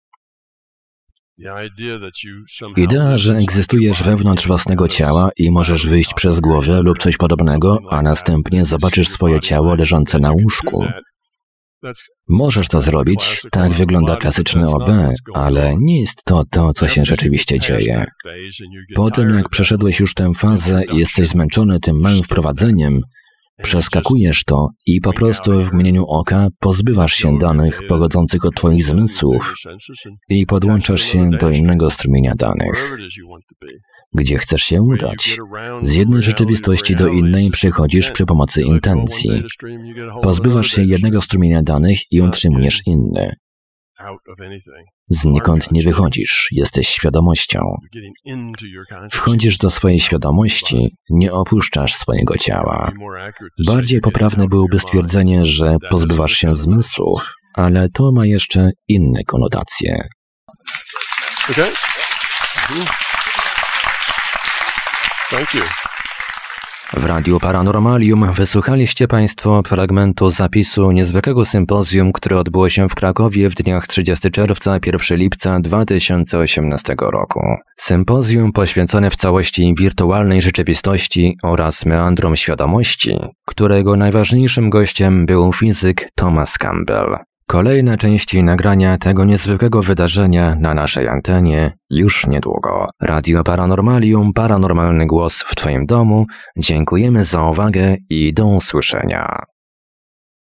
Idea, że egzystujesz wewnątrz własnego ciała i możesz wyjść przez głowę lub coś podobnego, a następnie zobaczysz swoje ciało leżące na łóżku. Możesz to zrobić, tak wygląda klasyczny OB, ale nie jest to, co się rzeczywiście dzieje. Po tym, jak przeszedłeś już tę fazę i jesteś zmęczony tym małym wprowadzeniem, przeskakujesz to i po prostu w mgnieniu oka pozbywasz się danych pochodzących od twoich zmysłów i podłączasz się do innego strumienia danych. Gdzie chcesz się udać? Z jednej rzeczywistości do innej przechodzisz przy pomocy intencji. Pozbywasz się jednego strumienia danych i utrzymujesz inny. Znikąd nie wychodzisz, jesteś świadomością. Wchodzisz do swojej świadomości, nie opuszczasz swojego ciała. Bardziej poprawne byłoby stwierdzenie, że pozbywasz się zmysłów, ale to ma jeszcze inne konotacje. Okay. Thank you. W Radiu Paranormalium wysłuchaliście Państwo fragmentu zapisu niezwykłego sympozjum, które odbyło się w Krakowie w dniach 30 czerwca, 1 lipca 2018 roku. Sympozjum poświęcone w całości wirtualnej rzeczywistości oraz meandrom świadomości, którego najważniejszym gościem był fizyk Thomas Campbell. Kolejne części nagrania tego niezwykłego wydarzenia na naszej antenie już niedługo. Radio Paranormalium, paranormalny głos w Twoim domu. Dziękujemy za uwagę i do usłyszenia.